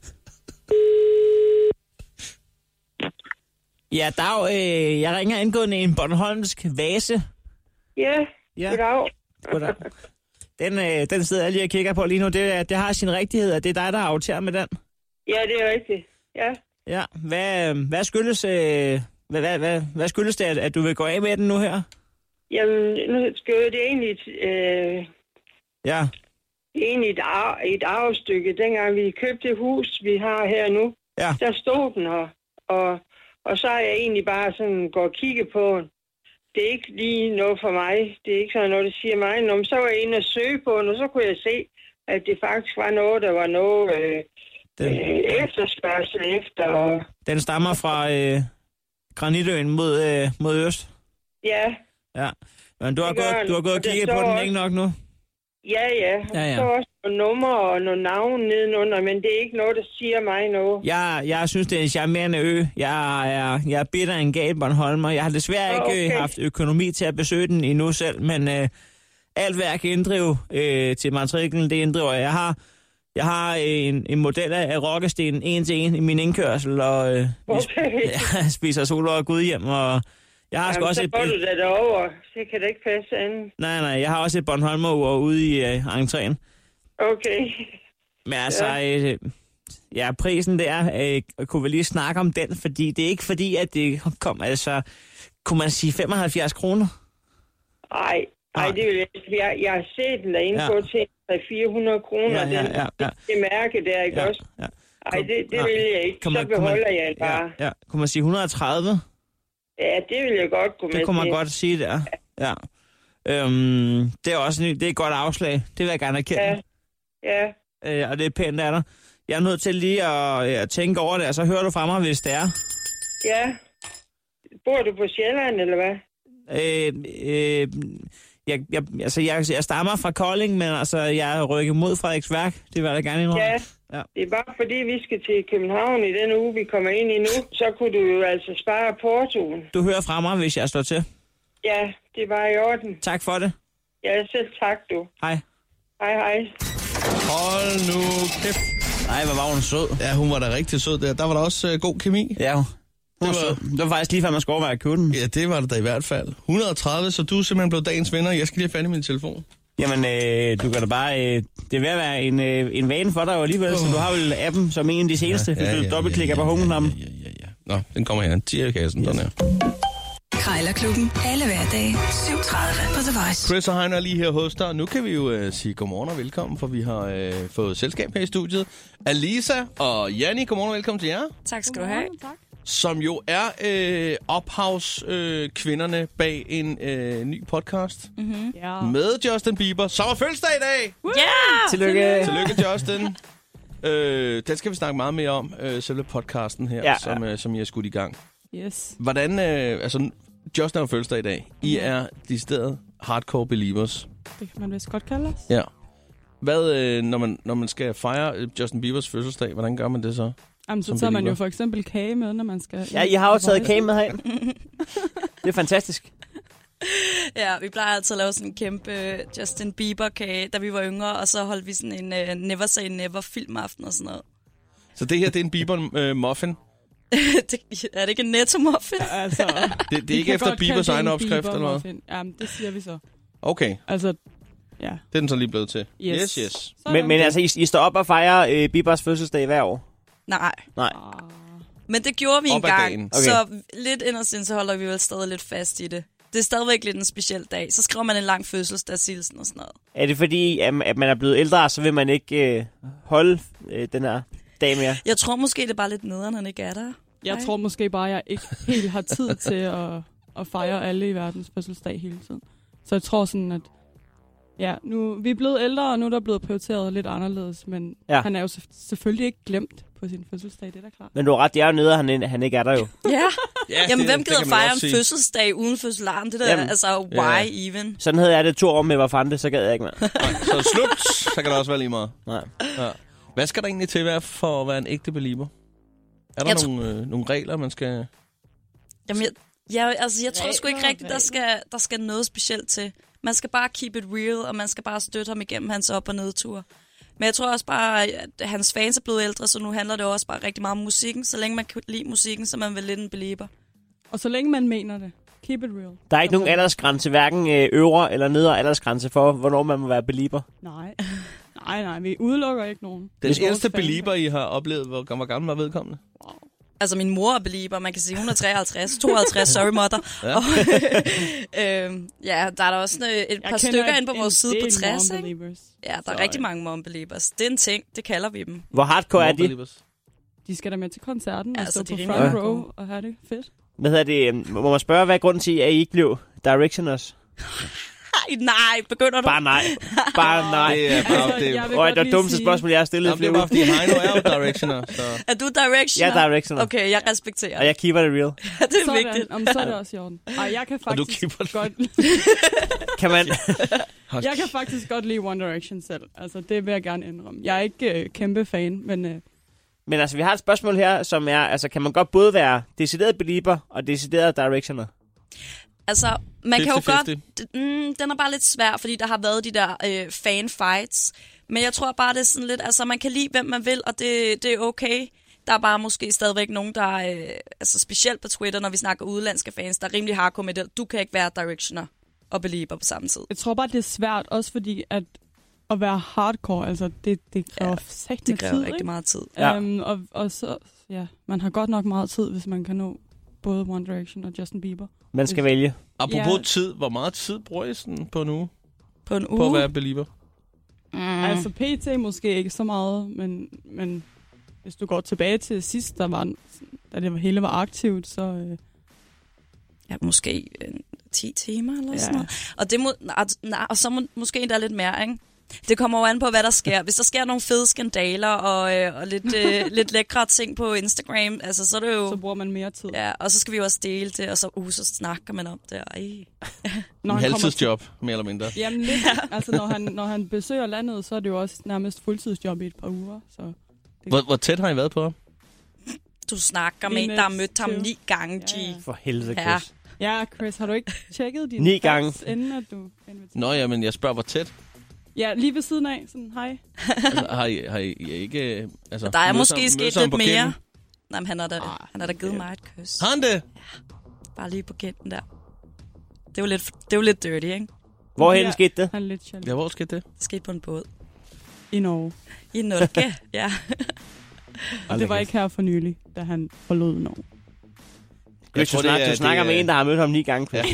Speaker 3: Ja, Dag, øh, jeg ringer angående en bornholmsk vase.
Speaker 4: Ja,
Speaker 3: ja.
Speaker 4: goddag.
Speaker 3: Goddag. Den, øh, den sidder jeg lige og kigger på lige nu. Det, det har sin rigtighed, og det er dig, der aftager med den.
Speaker 4: Ja, det er rigtigt. Ja.
Speaker 3: Ja, hvad, hvad skyldes, øh, hvad, hvad, hvad, hvad skyldes det, at, at du vil gå af med den nu her?
Speaker 4: Jamen, nu skal det egentlig... Øh,
Speaker 3: ja.
Speaker 4: Det er egentlig et, arv, et arvestykke. Dengang vi købte det hus, vi har her nu,
Speaker 3: ja.
Speaker 4: der stod den her. Og, og så er jeg egentlig bare sådan gået og kigget på den. Det er ikke lige noget for mig. Det er ikke sådan noget, der siger mig. Nå, så var jeg inde og søge på den, og så kunne jeg se, at det faktisk var noget, der var noget øh, den, øh, efterspørgsel efter. Og...
Speaker 3: Den stammer fra øh, Granitøen mod, øh, mod øst?
Speaker 4: Ja.
Speaker 3: Ja. Men du har gået, du har gået og kigget på den, også... ikke nok nu?
Speaker 4: Ja, ja.
Speaker 3: ja, ja.
Speaker 4: Så også nogle numre og nogle navne nedenunder, men det er ikke noget, der siger mig noget.
Speaker 3: Jeg, jeg synes, det er en charmerende ø. Jeg er, jeg er bitter en gal Bornholmer. Jeg har desværre okay. ikke haft økonomi til at besøge den endnu selv, men øh, alt hvad jeg kan inddrive øh, til matriklen, det inddriver jeg. Jeg har, jeg har en, en model af rokkestenen en til en i min indkørsel, og øh,
Speaker 4: okay.
Speaker 3: jeg spiser sol og gudhjem, og jeg har
Speaker 4: Jamen,
Speaker 3: også
Speaker 4: så
Speaker 3: et...
Speaker 4: får du det derovre. Det kan det ikke passe andet.
Speaker 3: Nej, nej, jeg har også et Bornholmer-ur ude i øh, entréen.
Speaker 4: Okay.
Speaker 3: Men altså, ja, øh, ja prisen der, øh, kunne vi lige snakke om den, fordi det er ikke fordi, at det kom, altså, kunne man sige femoghalvfjerds kroner?
Speaker 4: Nej, nej, det vil jeg ikke. Jeg, jeg har set den derinde ja. på til tre til fire hundrede kroner,
Speaker 3: ja, ja, ja, ja.
Speaker 4: Den, det mærke der, ikke ja, også? Nej, ja. det, det vil jeg ikke. Man, så beholder man, jeg bare.
Speaker 3: Ja, ja. Kunne man sige et hundrede og tredive?
Speaker 4: Ja, det vil jeg godt kunne
Speaker 3: Det kunne man godt sige der. Ja. Øhm, det er også det er et godt afslag. Det vil jeg gerne erkende.
Speaker 4: Ja. Ja.
Speaker 3: Øh, og det er pænt af dig. Jeg er nødt til lige at, at tænke over det, og så hører du fra mig, hvis det er.
Speaker 4: Ja. Bor du på Sjælland, eller hvad?
Speaker 3: Øh, øh, jeg, jeg, altså, jeg, jeg stammer fra Kolding, men altså, jeg er rykket mod Frederiksværk. Det vil jeg da gerne indrømme.
Speaker 4: Ja. Ja. Det er bare fordi, vi skal til København i den uge, vi kommer ind i nu. Så kunne du jo altså spare portoen.
Speaker 3: Du hører fra mig, hvis jeg slår til.
Speaker 4: Ja, det er bare i orden.
Speaker 3: Tak for det.
Speaker 4: Ja, selv tak, du.
Speaker 3: Hej.
Speaker 4: Hej, hej.
Speaker 2: Hold nu kæft.
Speaker 3: Nej, hvor var hun sød.
Speaker 2: Ja, hun var da rigtig sød der. Der var der også uh, god kemi.
Speaker 3: Ja, hun det var, sød. Det var faktisk lige før, man skulle overveje at købe den.
Speaker 2: Ja, det var det da i hvert fald. et hundrede og tredive, så du er simpelthen blevet dagens vinder. Jeg skal lige have fat i min telefon.
Speaker 3: Jamen, øh, du kan da bare... Øh, det er ved at være en, øh, en vane for dig jo alligevel, oh. så du har vel appen som en af de seneste, ja, ja, hvis du ja, dobbeltklikker ja, ja, på homeknappen.
Speaker 2: Ja, ja, ja, ja. Nå, den kommer her. ti i kassen, ja. Den her.
Speaker 1: Krejlerklubben. Alle hverdage. syv tredive på The Voice.
Speaker 2: Chris og Heino er lige her hos dig. Nu kan vi jo uh, sige godmorgen og velkommen, for vi har uh, fået selskab her i studiet. Alisa og Janni, godmorgen og velkommen til jer.
Speaker 8: Tak skal du have.
Speaker 4: Tak.
Speaker 2: Som jo er øh, ophavskvinderne øh, bag en øh, ny podcast
Speaker 8: Mm-hmm.
Speaker 4: Ja.
Speaker 2: med Justin Bieber, som har fødselsdag i dag.
Speaker 8: Ja!
Speaker 3: Tillykke.
Speaker 2: Tillykke, Justin. øh, den skal vi snakke meget mere om, øh, selve podcasten her,
Speaker 3: Ja, ja.
Speaker 2: som, øh, som I har skudt i gang.
Speaker 4: Yes.
Speaker 2: Hvordan, øh, altså, Justin har fødselsdag i dag. I er decideret hardcore believers.
Speaker 4: Det kan man vist godt kalde os.
Speaker 2: Ja. Hvad, øh, når, man, når man skal fejre Justin Biebers fødselsdag, hvordan gør man det så?
Speaker 4: Jamen, så
Speaker 2: Som
Speaker 4: tager man
Speaker 2: believer.
Speaker 4: jo for eksempel kage med, når man skal...
Speaker 3: Ja, I har jo taget kage med herind. Det er fantastisk.
Speaker 8: Ja, vi plejer altid at lave sådan en kæmpe Justin Bieber-kage, da vi var yngre, og så holdt vi sådan en uh, Never Say Never filmaften og sådan noget.
Speaker 2: Så det her, det er en Bieber-muffin?
Speaker 8: det, er det ikke en netto-muffin?
Speaker 4: Ja, altså,
Speaker 2: Det, det
Speaker 4: vi
Speaker 2: er ikke
Speaker 4: kan
Speaker 2: efter
Speaker 4: godt kalde
Speaker 2: Biebers
Speaker 4: det
Speaker 2: egen
Speaker 4: en
Speaker 2: opskrift, eller hvad?
Speaker 4: Bieber-muffin. Jamen, det siger vi så.
Speaker 2: Okay,
Speaker 4: Altså, ja.
Speaker 2: det er den så lige blevet til.
Speaker 4: Yes.
Speaker 2: Yes, yes.
Speaker 3: Men, men altså, I, I står op og fejrer øh, Biebers fødselsdag hver år?
Speaker 8: Nej,
Speaker 3: Nej.
Speaker 4: Ah.
Speaker 8: men det gjorde vi
Speaker 2: Op ad
Speaker 8: engang,
Speaker 2: dagen.
Speaker 3: Okay.
Speaker 8: så lidt inderst inde, så holder vi vel stadig lidt fast i det. Det er stadigvæk lidt en speciel dag. Så skriver man en lang fødselsdagshilsen og sådan noget.
Speaker 3: Er det fordi, at at man er blevet ældre, så vil man ikke øh, holde øh, den her dag mere?
Speaker 8: Jeg tror måske, det er bare lidt nederen, han ikke er der.
Speaker 4: Jeg
Speaker 8: Nej.
Speaker 4: tror måske bare, at jeg ikke helt har tid til at, at fejre alle i verdens fødselsdag hele tiden. Så jeg tror sådan, at ja, nu, vi er blevet ældre, og nu er der blevet prioriteret lidt anderledes. Men
Speaker 3: Ja.
Speaker 4: ja. han er jo selvf- selvfølgelig ikke glemt på sin fødselsdag, det er da klart.
Speaker 3: Men du har ret, jeg er jo nede, og han, han ikke er der jo.
Speaker 8: Ja,
Speaker 2: Ja,
Speaker 8: jamen
Speaker 2: det-
Speaker 8: hvem
Speaker 2: det
Speaker 8: gider
Speaker 2: kan man
Speaker 8: fejre
Speaker 2: også
Speaker 8: en
Speaker 2: sige.
Speaker 8: fødselsdag uden fødselaren? Det der,
Speaker 3: Jamen,
Speaker 8: altså, why
Speaker 2: ja.
Speaker 8: even?
Speaker 3: Sådan havde jeg det to år med Vafante, så gad jeg ikke mere.
Speaker 2: Nej, så slut, så kan der også være lige meget.
Speaker 3: Nej.
Speaker 2: Ja. Hvad skal der egentlig til være for at være en ægte belieber? Er der
Speaker 8: Jeg tr-
Speaker 2: nogle, øh, nogle regler, man skal...
Speaker 8: Jamen, jeg, jeg, altså, jeg tror sgu ikke
Speaker 4: Regler,
Speaker 8: rigtigt, der
Speaker 4: regler.
Speaker 8: skal, der skal noget specielt til. Man skal bare keep it real, og man skal bare støtte ham igennem hans op- og nedture. Men jeg tror også bare, at hans fans er blevet ældre, så nu handler det også bare rigtig meget om musikken. Så længe man kan lide musikken, så er man vel lidt en belieber.
Speaker 4: Og så længe man mener det, keep it real.
Speaker 3: Der er ikke nogen aldersgrænse, hverken øh, øvre eller nedre aldersgrænse for, hvornår man må være belieber.
Speaker 4: Nej. Nej, nej, vi udelukker ikke nogen.
Speaker 2: Den
Speaker 4: Det er vores
Speaker 2: ældste
Speaker 4: fan.
Speaker 2: belieber, I har oplevet, hvor, hvor gammel var vedkommende?
Speaker 8: Altså, min mor er belieber, man kan sige, hun er treoghalvtreds, tooghalvtreds, sorry mother.
Speaker 2: Ja.
Speaker 8: Og, øhm, ja, der er der også et
Speaker 4: Jeg
Speaker 8: par
Speaker 4: kender
Speaker 8: stykker inde på
Speaker 4: en
Speaker 8: vores side på
Speaker 4: del
Speaker 8: tres, ikke?
Speaker 4: mom-believers.
Speaker 8: Ja, der er
Speaker 4: Så,
Speaker 8: rigtig
Speaker 4: øh,
Speaker 8: mange mom believers. Det er en ting, det kalder vi dem.
Speaker 3: Hvor hardcore er de?
Speaker 2: Believers.
Speaker 4: De skal da med til koncerten og
Speaker 8: Altså,
Speaker 4: stå
Speaker 8: de er
Speaker 4: på
Speaker 8: rimelig
Speaker 4: front
Speaker 8: hardcore.
Speaker 4: row og have det fedt.
Speaker 3: Hvad hedder det? øh, Må man spørge, hvad er grunden til, at I ikke blev Directioners?
Speaker 8: Ej, nej, begynder du?
Speaker 3: Bare nej. Bare nej.
Speaker 2: Det er bare...
Speaker 4: Altså,
Speaker 2: det,
Speaker 4: jeg vil
Speaker 3: Og
Speaker 4: godt
Speaker 3: det var det
Speaker 4: lige
Speaker 3: dummeste
Speaker 4: sige-
Speaker 3: spørgsmål, jeg har stillet i
Speaker 2: Jamen, det
Speaker 3: flere
Speaker 2: er bare,
Speaker 3: uger.
Speaker 2: fordi Heino er jo directioner, så...
Speaker 8: Er du directioner?
Speaker 3: Jeg er directioner.
Speaker 8: Okay, jeg respekterer.
Speaker 3: Og jeg keeper det real.
Speaker 8: det er
Speaker 4: Sådan,
Speaker 8: vigtigt.
Speaker 4: om så er det også i orden. Ej, jeg kan
Speaker 2: Og du
Speaker 4: faktisk
Speaker 2: keeper det.
Speaker 4: godt,
Speaker 3: Kan man...
Speaker 4: jeg kan faktisk godt lide One Direction selv. Altså, det vil jeg gerne indrømme. Jeg er ikke øh, kæmpe fan, men øh,
Speaker 3: Men altså, vi har et spørgsmål her, som er, altså, kan man godt både være decideret belieber og decideret directioner?
Speaker 8: Altså, man kan jo
Speaker 2: halvtreds
Speaker 8: godt... d- Mm, den er bare lidt svær, fordi der har været de der øh, fan-fights. Men jeg tror bare, det er sådan lidt... Altså, man kan lide, hvem man vil, og det, det er okay. Der er bare måske stadigvæk nogen, der er... Øh, altså, specielt på Twitter, når vi snakker udenlandske fans, der er rimelig hardcore med det. Du kan ikke være directioner og belieber på samme tid.
Speaker 4: jeg tror bare, det er svært, også fordi at, at være hardcore, altså, det, det kræver
Speaker 8: Ja,
Speaker 4: ja, sagt
Speaker 8: Det kræver
Speaker 4: tid,
Speaker 8: rigtig
Speaker 4: ikke?
Speaker 8: meget tid.
Speaker 3: Ja.
Speaker 4: Um, og, og så, ja, man har godt nok meget tid, hvis man kan nå både One Direction og Justin Bieber.
Speaker 3: Man skal vælge.
Speaker 2: Apropos
Speaker 4: Ja.
Speaker 2: tid, hvor meget tid bruger I sådan på en uge?
Speaker 8: På en
Speaker 2: På at
Speaker 8: uge.
Speaker 2: være belieber?
Speaker 8: Mm.
Speaker 4: Altså, P T måske ikke så meget, men, men hvis du går tilbage til sidst, der var, da det hele var aktivt, så... Øh,
Speaker 8: Ja, måske øh, ti timer eller
Speaker 4: Ja.
Speaker 8: sådan noget. Og, det må, nej, nej, og så må, måske endda lidt mere, ikke? Det kommer jo an på, hvad der sker. Hvis der sker nogle fede skandaler og, øh, og lidt, øh, lidt lækre ting på Instagram, altså, så er det jo...
Speaker 4: så bruger man mere tid.
Speaker 8: Ja, og så skal vi jo også dele det, og så, uh, så snakker man om det. Ej.
Speaker 4: Når
Speaker 2: En
Speaker 4: han kommer
Speaker 2: halvtidsjob, mere eller mindre.
Speaker 4: til- Jamen lidt. Altså, når han, når han besøger landet, så er det jo også nærmest fuldtidsjob i et par uger. Så
Speaker 2: Hvor, hvor tæt har I været på ham?
Speaker 8: Du snakker med
Speaker 4: Vi
Speaker 8: en,
Speaker 4: er
Speaker 8: der har mødt ham
Speaker 4: til-
Speaker 8: ni gange, G.
Speaker 4: Ja, ja.
Speaker 3: For helvede,
Speaker 8: Ja.
Speaker 3: Chris.
Speaker 4: ja, Chris, har du ikke tjekket dine
Speaker 3: Ni
Speaker 4: facts,
Speaker 3: gange.
Speaker 4: inden at du inviterer?
Speaker 2: Nå ja, men jeg spørger, hvor tæt?
Speaker 4: Ja, lige ved siden af. Sådan, hej.
Speaker 2: Altså, har I, har I, I ikke... øh, Altså,
Speaker 8: Der er
Speaker 2: mødt
Speaker 8: måske
Speaker 2: sammen- mødt
Speaker 8: sket
Speaker 2: sammen
Speaker 8: lidt
Speaker 2: på
Speaker 8: mere.
Speaker 2: kinden?
Speaker 8: Nej, men han har da,
Speaker 4: Ah,
Speaker 8: han har da givet
Speaker 4: det-
Speaker 8: mig et kys.
Speaker 2: Har han det?
Speaker 8: Bare lige på kinden der. Det var lidt, det var lidt dirty, ikke?
Speaker 3: Hvorhen
Speaker 4: Ja.
Speaker 3: skete det?
Speaker 4: Han er lidt jaloux.
Speaker 2: Ja, hvor skete det?
Speaker 8: Det skete på en båd.
Speaker 4: I Norge.
Speaker 8: I Norge, ja.
Speaker 4: Og det var ikke her for nylig, da han forlod Norge.
Speaker 3: Jeg tror, du, snak, det er, du snakker det er... med en, der har mødt ham ni gange.
Speaker 2: Ja,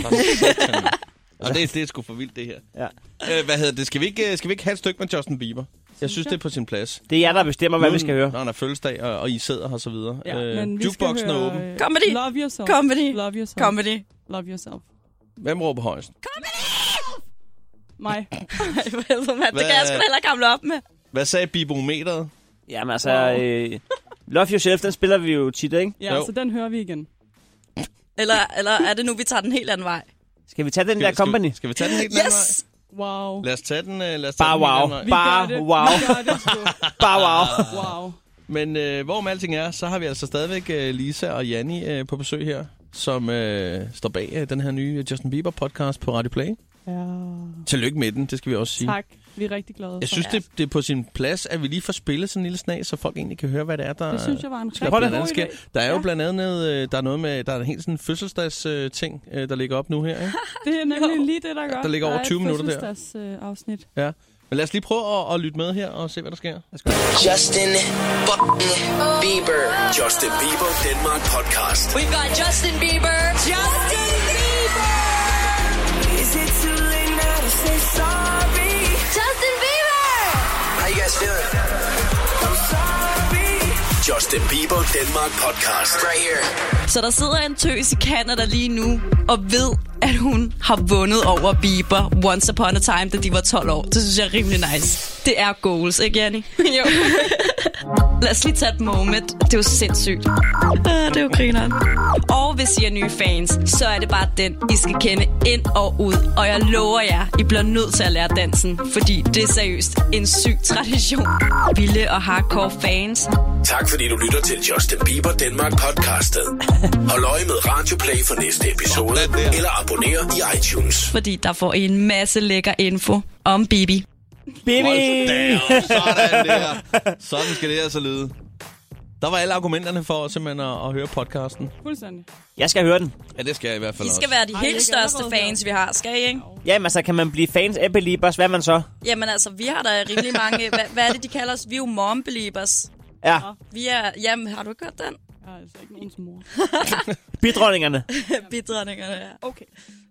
Speaker 2: og det, det er sgu for vildt, det her.
Speaker 3: Ja.
Speaker 2: Øh, hvad hedder det? Skal vi, ikke, skal vi ikke have et stykke med Justin Bieber? Jeg synes, det er på sin plads.
Speaker 3: Det er jer, der bestemmer, hvad vi skal høre.
Speaker 2: Når han er fødselsdag, og, og I sidder her og så videre.
Speaker 9: Ja,
Speaker 2: øh,
Speaker 9: men vi skal høre...
Speaker 2: er åben.
Speaker 8: Comedy!
Speaker 9: Love yourself.
Speaker 8: Comedy!
Speaker 9: Love yourself.
Speaker 8: Comedy!
Speaker 9: Love yourself.
Speaker 2: Hvem råber højst?
Speaker 8: Comedy!
Speaker 9: Mig.
Speaker 8: Ej, hvor helvede, mand. Det kan jeg sgu heller ikke hamle op med.
Speaker 2: Hvad sagde bibometeret?
Speaker 3: Jamen altså... Øh, Love Yourself, den spiller vi jo tit, ikke?
Speaker 9: Ja, jo. Så den hører vi igen.
Speaker 8: Eller, eller er det nu, vi tager den helt anden vej?
Speaker 3: Skal vi tage den
Speaker 2: skal,
Speaker 3: der company?
Speaker 2: Skal, skal vi tage den helt
Speaker 8: yes!
Speaker 2: anden vej?
Speaker 9: Wow.
Speaker 2: Lad os tage den, uh, lad os tage
Speaker 3: Bare
Speaker 2: den
Speaker 3: wow.
Speaker 2: Vej.
Speaker 3: Bare
Speaker 9: det.
Speaker 3: wow.
Speaker 9: Det,
Speaker 3: Bare wow.
Speaker 9: Wow.
Speaker 2: Men uh, hvorom alting er, så har vi altså stadigvæk uh, Lisa og Janni uh, på besøg her, som uh, står bag uh, den her nye Justin Bieber podcast på Radio Play.
Speaker 9: Ja.
Speaker 2: Tillykke med den, det skal vi også sige.
Speaker 9: Tak. Vi er rigtig glade.
Speaker 2: Jeg synes, det, det er på sin plads, at vi lige får spillet sådan en lille snas, så folk egentlig kan høre, hvad det er, der...
Speaker 9: Det synes jeg var en rigtig
Speaker 2: god idé. Der er jo blandt andet der er noget med, der er en helt sådan fødselsdags uh, ting, uh, der ligger op nu her, ikke?
Speaker 9: Det er nemlig lige det, der gør.
Speaker 2: Der ligger over tyve minutter der.
Speaker 9: fødselsdags uh, afsnit.
Speaker 2: Ja. Men lad os lige prøve at, at lytte med her og se, hvad der sker.
Speaker 6: Justin Bieber. Justin Bieber Denmark podcast.
Speaker 1: We've got Justin Bieber. Justin Bieber. Is it too late now to say sorry? Justin Bieber.
Speaker 6: How you guys feeling?
Speaker 1: I'm sorry.
Speaker 6: Justin Bieber Denmark podcast. Right here.
Speaker 8: Så der sidder en tøs i Canada lige nu og ved, at hun har vundet over Bieber Once Upon a Time, da de var tolv år. Det synes jeg er rimelig nice. Det er goals, ikke Janni? Jo. Lad os lige tage et moment. Det er jo sindssygt. Ah, det er jo grineren. Og hvis I er nye fans, så er det bare den, I skal kende ind og ud. Og jeg lover jer, I bliver nødt til at lære dansen, fordi det er seriøst en syg tradition. Vilde og hardcore fans.
Speaker 6: Tak fordi du lytter til Justin Bieber Denmark podcastet. Hold øje med Radio Play for næste episode, eller abonner i iTunes.
Speaker 8: Fordi der får I en masse lækker info om Bibi.
Speaker 3: Bibi!
Speaker 2: Sådan der. Sådan skal det altså lyde. Der var alle argumenterne for simpelthen at, at høre podcasten.
Speaker 9: Fuldstændig.
Speaker 3: Jeg skal høre den.
Speaker 2: Ja, det skal jeg i hvert fald
Speaker 8: I
Speaker 2: også.
Speaker 8: skal være de helt største fans, vi har. Skal I, ikke?
Speaker 3: Jamen altså, kan man blive fans af Beliebers? Hvad er man så?
Speaker 8: Jamen altså, vi har da rimelig mange... Hvad, hvad er det, de kalder os? Vi er jo mom-beliebers.
Speaker 3: Ja.
Speaker 8: Vi er... Jamen, har du ikke hørt den?
Speaker 9: Jeg er altså ikke nogens mor.
Speaker 3: Bidronningerne.
Speaker 8: Bidronningerne, ja.
Speaker 9: Okay.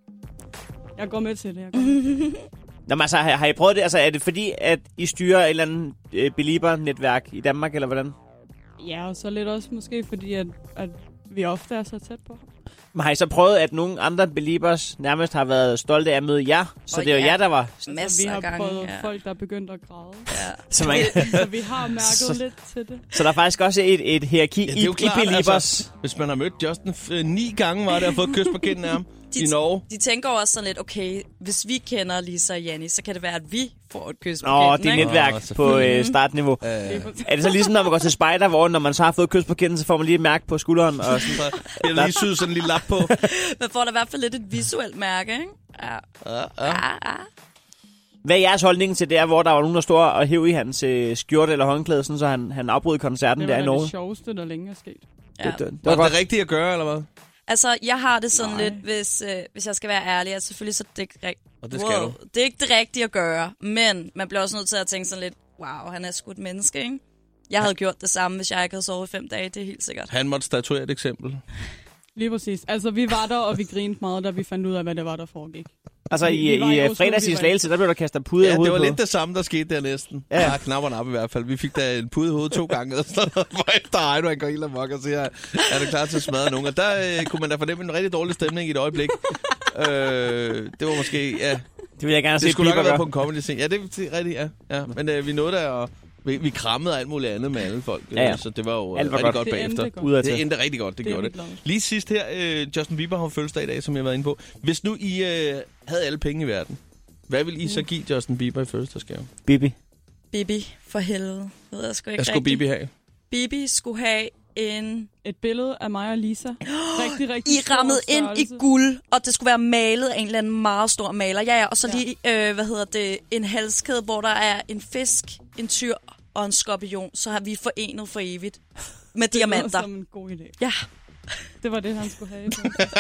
Speaker 9: Jeg går med til det. Jeg går med.
Speaker 3: Jamen altså, har, har I prøvet det? Altså, er det fordi, at I styrer et eller andet øh, Belieber-netværk i Danmark, eller hvordan?
Speaker 9: Ja, og så lidt også måske fordi, at, at vi ofte er så tæt på.
Speaker 3: Men har I så prøvet, at nogle andre Beliebers nærmest har været stolte af at møde jer? Så
Speaker 8: og
Speaker 3: det er jo
Speaker 8: ja.
Speaker 3: jer, der var...
Speaker 8: Masser
Speaker 9: vi har
Speaker 8: gange,
Speaker 9: prøvet
Speaker 8: ja.
Speaker 9: folk, der er begyndt at græde.
Speaker 8: Ja.
Speaker 3: Så, man...
Speaker 9: så vi har mærket
Speaker 3: så...
Speaker 9: lidt til det.
Speaker 3: Så der er faktisk også et, et hierarki
Speaker 2: ja,
Speaker 3: i, i Beliebers. Altså,
Speaker 2: hvis man har mødt Justin øh, ni gange, var det at få et kys på kinden af ham
Speaker 8: de,
Speaker 2: i Norge.
Speaker 8: De tænker også sådan lidt, okay, hvis vi kender Lisa og Janni, så kan det være, at vi får et kys på
Speaker 3: Åh,
Speaker 8: kinden,
Speaker 3: det er
Speaker 8: ikke?
Speaker 3: netværk
Speaker 2: Nå,
Speaker 3: på øh, startniveau.
Speaker 2: Øh.
Speaker 3: Er det så ligesom, når man går til spejder, hvor når man så har fået et kys på kinden, så får man lige et mærke på skulderen? Og sådan,
Speaker 2: så jeg lige syet sådan en lille lap på.
Speaker 8: Man får da i hvert fald lidt et visuelt mærke, ikke? Ja.
Speaker 2: Ja, ja.
Speaker 8: Ja, ja.
Speaker 3: Hvad er jeres holdning til det, er, hvor der var nogen, der stod og hæv i hans øh, skjorte eller håndklæde, sådan, så han, han afbrød koncerten der i
Speaker 9: Det
Speaker 3: Norge?
Speaker 9: var det sjoveste, der længe er sket.
Speaker 8: Ja.
Speaker 3: Det, det, det
Speaker 2: var
Speaker 3: var
Speaker 2: det rigtigt at gøre, eller hvad?
Speaker 8: Altså, jeg har det sådan
Speaker 9: Nej.
Speaker 8: lidt, hvis, øh, hvis jeg skal være ærlig, at selvfølgelig så er det ikke rigtigt.
Speaker 2: Og det skal
Speaker 8: wow.
Speaker 2: du.
Speaker 8: Det er ikke det rigtige at gøre, men man bliver også nødt til at tænke sådan lidt, wow, han er sgu et menneske, ikke? Jeg havde gjort det samme, hvis jeg ikke havde sovet i fem dage, det er helt sikkert.
Speaker 2: Han måtte statuere et eksempel.
Speaker 9: Lige præcis. Altså, vi var der, og vi grinede meget, da vi fandt ud af, hvad det var, der foregik.
Speaker 3: Altså,
Speaker 9: Vi-
Speaker 3: i,
Speaker 9: vi var i
Speaker 3: i
Speaker 9: Oslo,
Speaker 3: fredags
Speaker 9: vi
Speaker 3: i
Speaker 9: var i-
Speaker 3: Slagelse, der blev der kastet pude i
Speaker 2: Ja, det
Speaker 3: hovedet
Speaker 2: var
Speaker 3: på.
Speaker 2: lidt det samme, der skete der næsten.
Speaker 3: Ja.
Speaker 2: Ja, knapperne op i hvert fald. Vi fik da en pude i hovedet to gange, og så var efter Heino, han går helt amok og siger, er du klar til at smadre nogen? Og der øh, kunne man da fornemme en rigtig dårlig stemning i et øjeblik. øh, det var måske, ja...
Speaker 3: Det vil jeg gerne
Speaker 2: Det
Speaker 3: se
Speaker 2: skulle nok
Speaker 3: Bieber
Speaker 2: have været
Speaker 3: gøre.
Speaker 2: på en comedy scene. Ja, det er rigtigt, ja. ja. Men øh, vi nåede der, og vi, vi krammede alt muligt andet med alle folk.
Speaker 3: Ja, ja.
Speaker 2: Så det var jo
Speaker 3: Alt var
Speaker 2: rigtig
Speaker 3: godt.
Speaker 2: godt
Speaker 9: Det
Speaker 2: bagefter.
Speaker 9: endte godt.
Speaker 3: Udadtil.
Speaker 2: Det endte rigtig godt, det,
Speaker 9: Det er
Speaker 2: gjorde
Speaker 9: vi
Speaker 2: det.
Speaker 9: glade for.
Speaker 2: Lige sidst her, øh, Justin Bieber har fødselsdag i dag, som jeg har været inde på. Hvis nu I øh, havde alle penge i verden, hvad vil I så give Justin Bieber i fødselsdagsgave?
Speaker 3: Bibi.
Speaker 8: Bibi, for helvede. Det ved jeg sgu ikke
Speaker 2: Hvad skulle
Speaker 8: rigtigt.
Speaker 2: Bibi have?
Speaker 8: Bibi skulle have en...
Speaker 9: Et billede af mig og Lisa. Rigtig, rigtig
Speaker 8: I
Speaker 9: stor
Speaker 8: rammet ind i
Speaker 9: størrelse.
Speaker 8: guld, og det skulle være malet af en eller anden meget stor maler. Ja, ja, og så lige, øh, hvad hedder det, en halskæde, hvor der er en fisk, en tyr og en skorpion. Så har vi forenet for evigt med
Speaker 9: Det lyder
Speaker 8: diamanter.
Speaker 9: som en god idé.
Speaker 8: Ja.
Speaker 9: Det var det, han skulle have.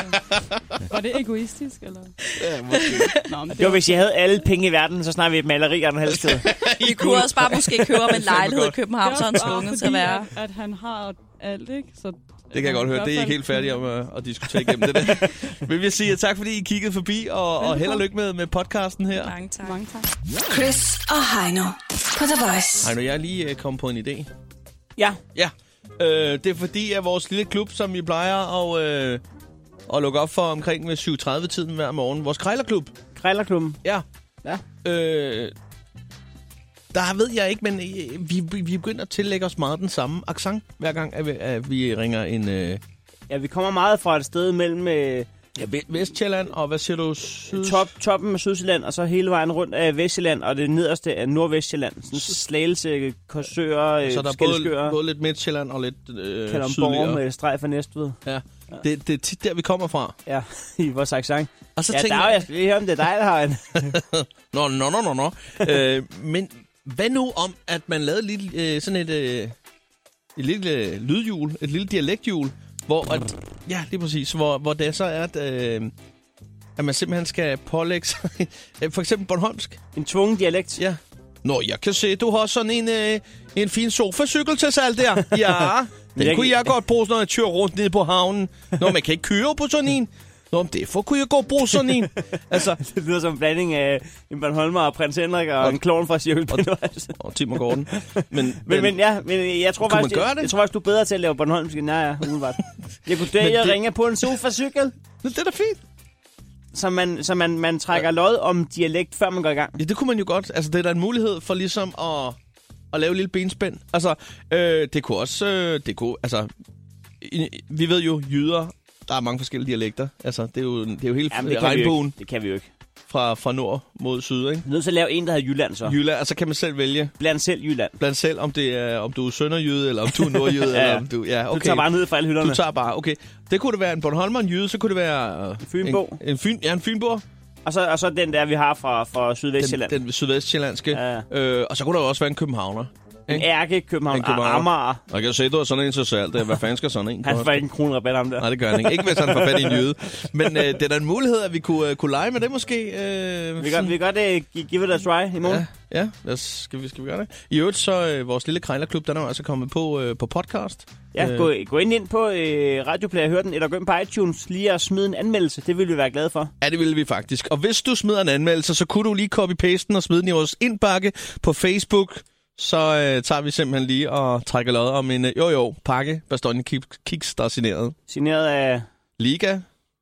Speaker 9: Var det egoistisk, eller?
Speaker 2: Ja, måske.
Speaker 9: Nå, men
Speaker 3: Det var, hvis I havde alle penge i verden, så snakker vi et maleri og en halskæde.
Speaker 8: Vi kunne også bare måske købe om en lejlighed i
Speaker 9: det
Speaker 8: København, så
Speaker 9: er
Speaker 8: han
Speaker 9: også bare
Speaker 8: tvunget til at
Speaker 9: fordi,
Speaker 8: være.
Speaker 9: At, at han har alt, ikke? Så
Speaker 2: Det kan jeg godt høre. Det er ikke helt færdigt om at, at diskutere igennem det der. Men vi siger tak, fordi I kiggede forbi, og, og held og lykke med, med podcasten her.
Speaker 8: Mange tak.
Speaker 9: Mange tak.
Speaker 1: Chris og Heino på The Voice.
Speaker 2: Heino, jeg er lige uh, kommet på en idé.
Speaker 3: Ja.
Speaker 2: Ja. Øh, det er fordi, at vores lille klub, som vi plejer at, øh, at lukke op for omkring med syv tredive-tiden hver morgen. Vores krejlerklub.
Speaker 3: Krejlerklubben.
Speaker 2: Ja.
Speaker 3: Ja.
Speaker 2: Øh, der ved jeg ikke, men øh, vi, vi begynder at tillægge os meget den samme accent, hver gang, at vi, at vi ringer en... Øh,
Speaker 3: Ja, vi kommer meget fra et sted mellem øh,
Speaker 2: ja, Vestjylland og, hvad siger du, Syd...
Speaker 3: top, toppen af Sydsjælland, og så hele vejen rundt af Vestjylland, og det nederste af Nordvestjylland. Sådan Slagelse, Korsør, øh,
Speaker 2: så der er både, både lidt Midtjylland og lidt øh,
Speaker 3: Kalundborg med streg for Næstved.
Speaker 2: Ja, det, det er tit der, vi kommer fra.
Speaker 3: Ja, i vores accent.
Speaker 2: Og så
Speaker 3: ja,
Speaker 2: tænker
Speaker 3: der jeg... jeg skal lige høre, om det er dig, der har en.
Speaker 2: Nå, nå, nå, nå, nå. øh, men hvad nu om, at man lavede lidt, øh, sådan et, øh, et lille lydhjul, et lille dialekthjul, hvor, at, ja, lige præcis, hvor, hvor det så er, at, øh, at man simpelthen skal pålægge sig, for eksempel bornholmsk.
Speaker 3: En tvungen dialekt?
Speaker 2: Ja. Nå, jeg kan se, du har sådan en, øh, en fin sofacykel til salg der. Ja, den jeg kunne jeg godt bruge, når jeg kører rundt nede på havnen. Nå, man kan ikke køre på sådan en. Nå, men derfor kunne jeg godt bruge sådan en. Altså,
Speaker 3: det lyder som en blanding af en Bornholmer og prins Henrik og, og en klovn fra Cirkel.
Speaker 2: Og, og Tim og Gordon. Men,
Speaker 3: men, men, men, ja, men jeg tror faktisk, jeg, jeg tror faktisk, du er bedre til at lave Bornholmsk end jeg er, umiddelbart. Jeg kunne dage at ringe på en sofacykel.
Speaker 2: Det er da fint.
Speaker 3: Så man, så man, man trækker ja. lod om dialekt, før man går i gang.
Speaker 2: Ja, det kunne man jo godt. Altså, det er da en mulighed for ligesom at, at lave et lille benspænd. Altså, øh, det kunne også... Øh, det kunne, altså, vi ved jo, jyder... Der er mange forskellige dialekter. Altså, det er jo, det er jo hele
Speaker 3: Jamen, det
Speaker 2: regnbuen.
Speaker 3: Det kan vi jo ikke.
Speaker 2: Fra, fra nord mod syd, ikke?
Speaker 3: Vi er nødt til at lave en, der hedder Jylland, så.
Speaker 2: Jylland, og så kan man selv vælge.
Speaker 3: Bland selv Jylland.
Speaker 2: Bland selv, om, det er, om du er sønderjyde, eller om du er nordjyde, ja, eller om du... Ja, okay.
Speaker 3: Du tager bare ned fra alle hylderne.
Speaker 2: Du tager bare, okay. Det kunne det være en Bornholmer, en jyde, så kunne det være...
Speaker 3: En fynbo.
Speaker 2: En, en fyn, ja, en fynbo.
Speaker 3: Og så, og så den der, vi har fra, fra Sydvestjylland.
Speaker 2: Den, den sydvestjyllandske. Ja. Øh, og så kunne der også være en københavner.
Speaker 3: En ærke København, Amager.
Speaker 2: Jeg kan se, du har sådan en til salg. Hvad fanden skal sådan en?
Speaker 3: Han får ikke en krone rabat om der.
Speaker 2: Nej, det gør han ikke. Ikke hvis han får fat i en jøde. Men øh, det er da en mulighed, at vi kunne, øh, kunne lege med det måske. Øh,
Speaker 3: vi kan vi godt uh, give it a try i morgen.
Speaker 2: Ja, ja. Lad os, skal, vi, skal vi gøre det? I øvrigt så, øh, vores lille krejlerklub, den er altså kommet på, øh, på podcast.
Speaker 3: Ja, øh. gå, gå ind, ind på øh, Radioplay og hør den, eller gå ind på iTunes lige og smide en anmeldelse. Det ville vi være glade for.
Speaker 2: Ja, det ville vi faktisk. Og hvis du smider en anmeldelse, så kunne du lige copy-paste den og smide den i vores indbakke på Facebook. Så øh, tager vi simpelthen lige og trækker lod om en øh, jo jo pakke Bastogne Kiks, der er signeret.
Speaker 3: Signeret af...
Speaker 2: Liga.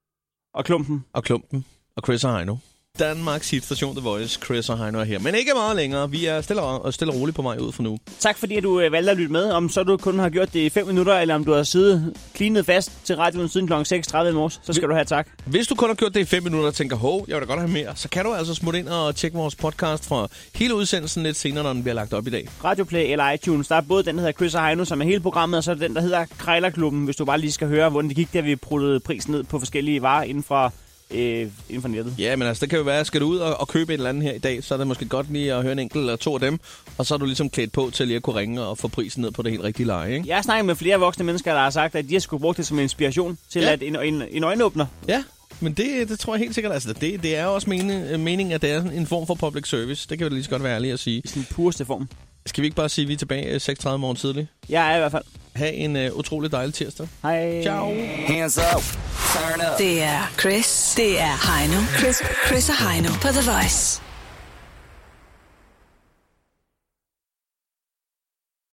Speaker 3: Og Klumpen.
Speaker 2: Og Klumpen. Og Chris og Heino. Danmarks hitstation The Voice. Chris og Heino er her. Men ikke meget længere. Vi er stille og, stille og roligt på vej ud for nu.
Speaker 3: Tak fordi at du øh, valgte at lytte med. Om så du kun har gjort det i fem minutter, eller om du har siddet klinet fast til radioen siden klokken seks tredive i morges, så skal Hvis, du have tak.
Speaker 2: Hvis du kun har gjort det i fem minutter og tænker, hov, jeg vil da godt have mere, så kan du altså smutte ind og tjekke vores podcast fra hele udsendelsen lidt senere, når den bliver lagt op i dag.
Speaker 3: Radioplay eller iTunes. Der er både den, der hedder Chris og Heino, som er hele programmet, og så er den, der hedder Krejlerklubben, hvis du bare lige skal høre, hvordan det gik, da vi pruttede prisen ned på forskellige varer inden for... Øh, inden for nettet.
Speaker 2: Ja, men altså, det kan jo være, skal du ud og, og købe et eller andet her i dag, så er det måske godt lige at høre en enkelt eller to af dem, og så er du ligesom klædt på til lige at kunne ringe og få prisen ned på det helt rigtige leje, ikke?
Speaker 3: Jeg har snakket med flere voksne mennesker, der har sagt, at de har skulle brugt det som inspiration til ja. at en, en, en øjenåbner.
Speaker 2: Ja, men det, det tror jeg helt sikkert. Altså, det, det er også meningen, mening, at det er en form for public service. Det kan vi lige så godt være ærlig at sige.
Speaker 3: I sin pureste form.
Speaker 2: Skal vi ikke bare sige, at vi er tilbage seks tredive morgen tidligt?
Speaker 3: Jeg er i hvert fald.
Speaker 2: Ha' en uh, utrolig dejlig tirsdag.
Speaker 3: Hej.
Speaker 2: Ciao.
Speaker 1: Hands up. Turn up. Det er Chris. Det er Heino. Chris, Chris og Heino på The Voice.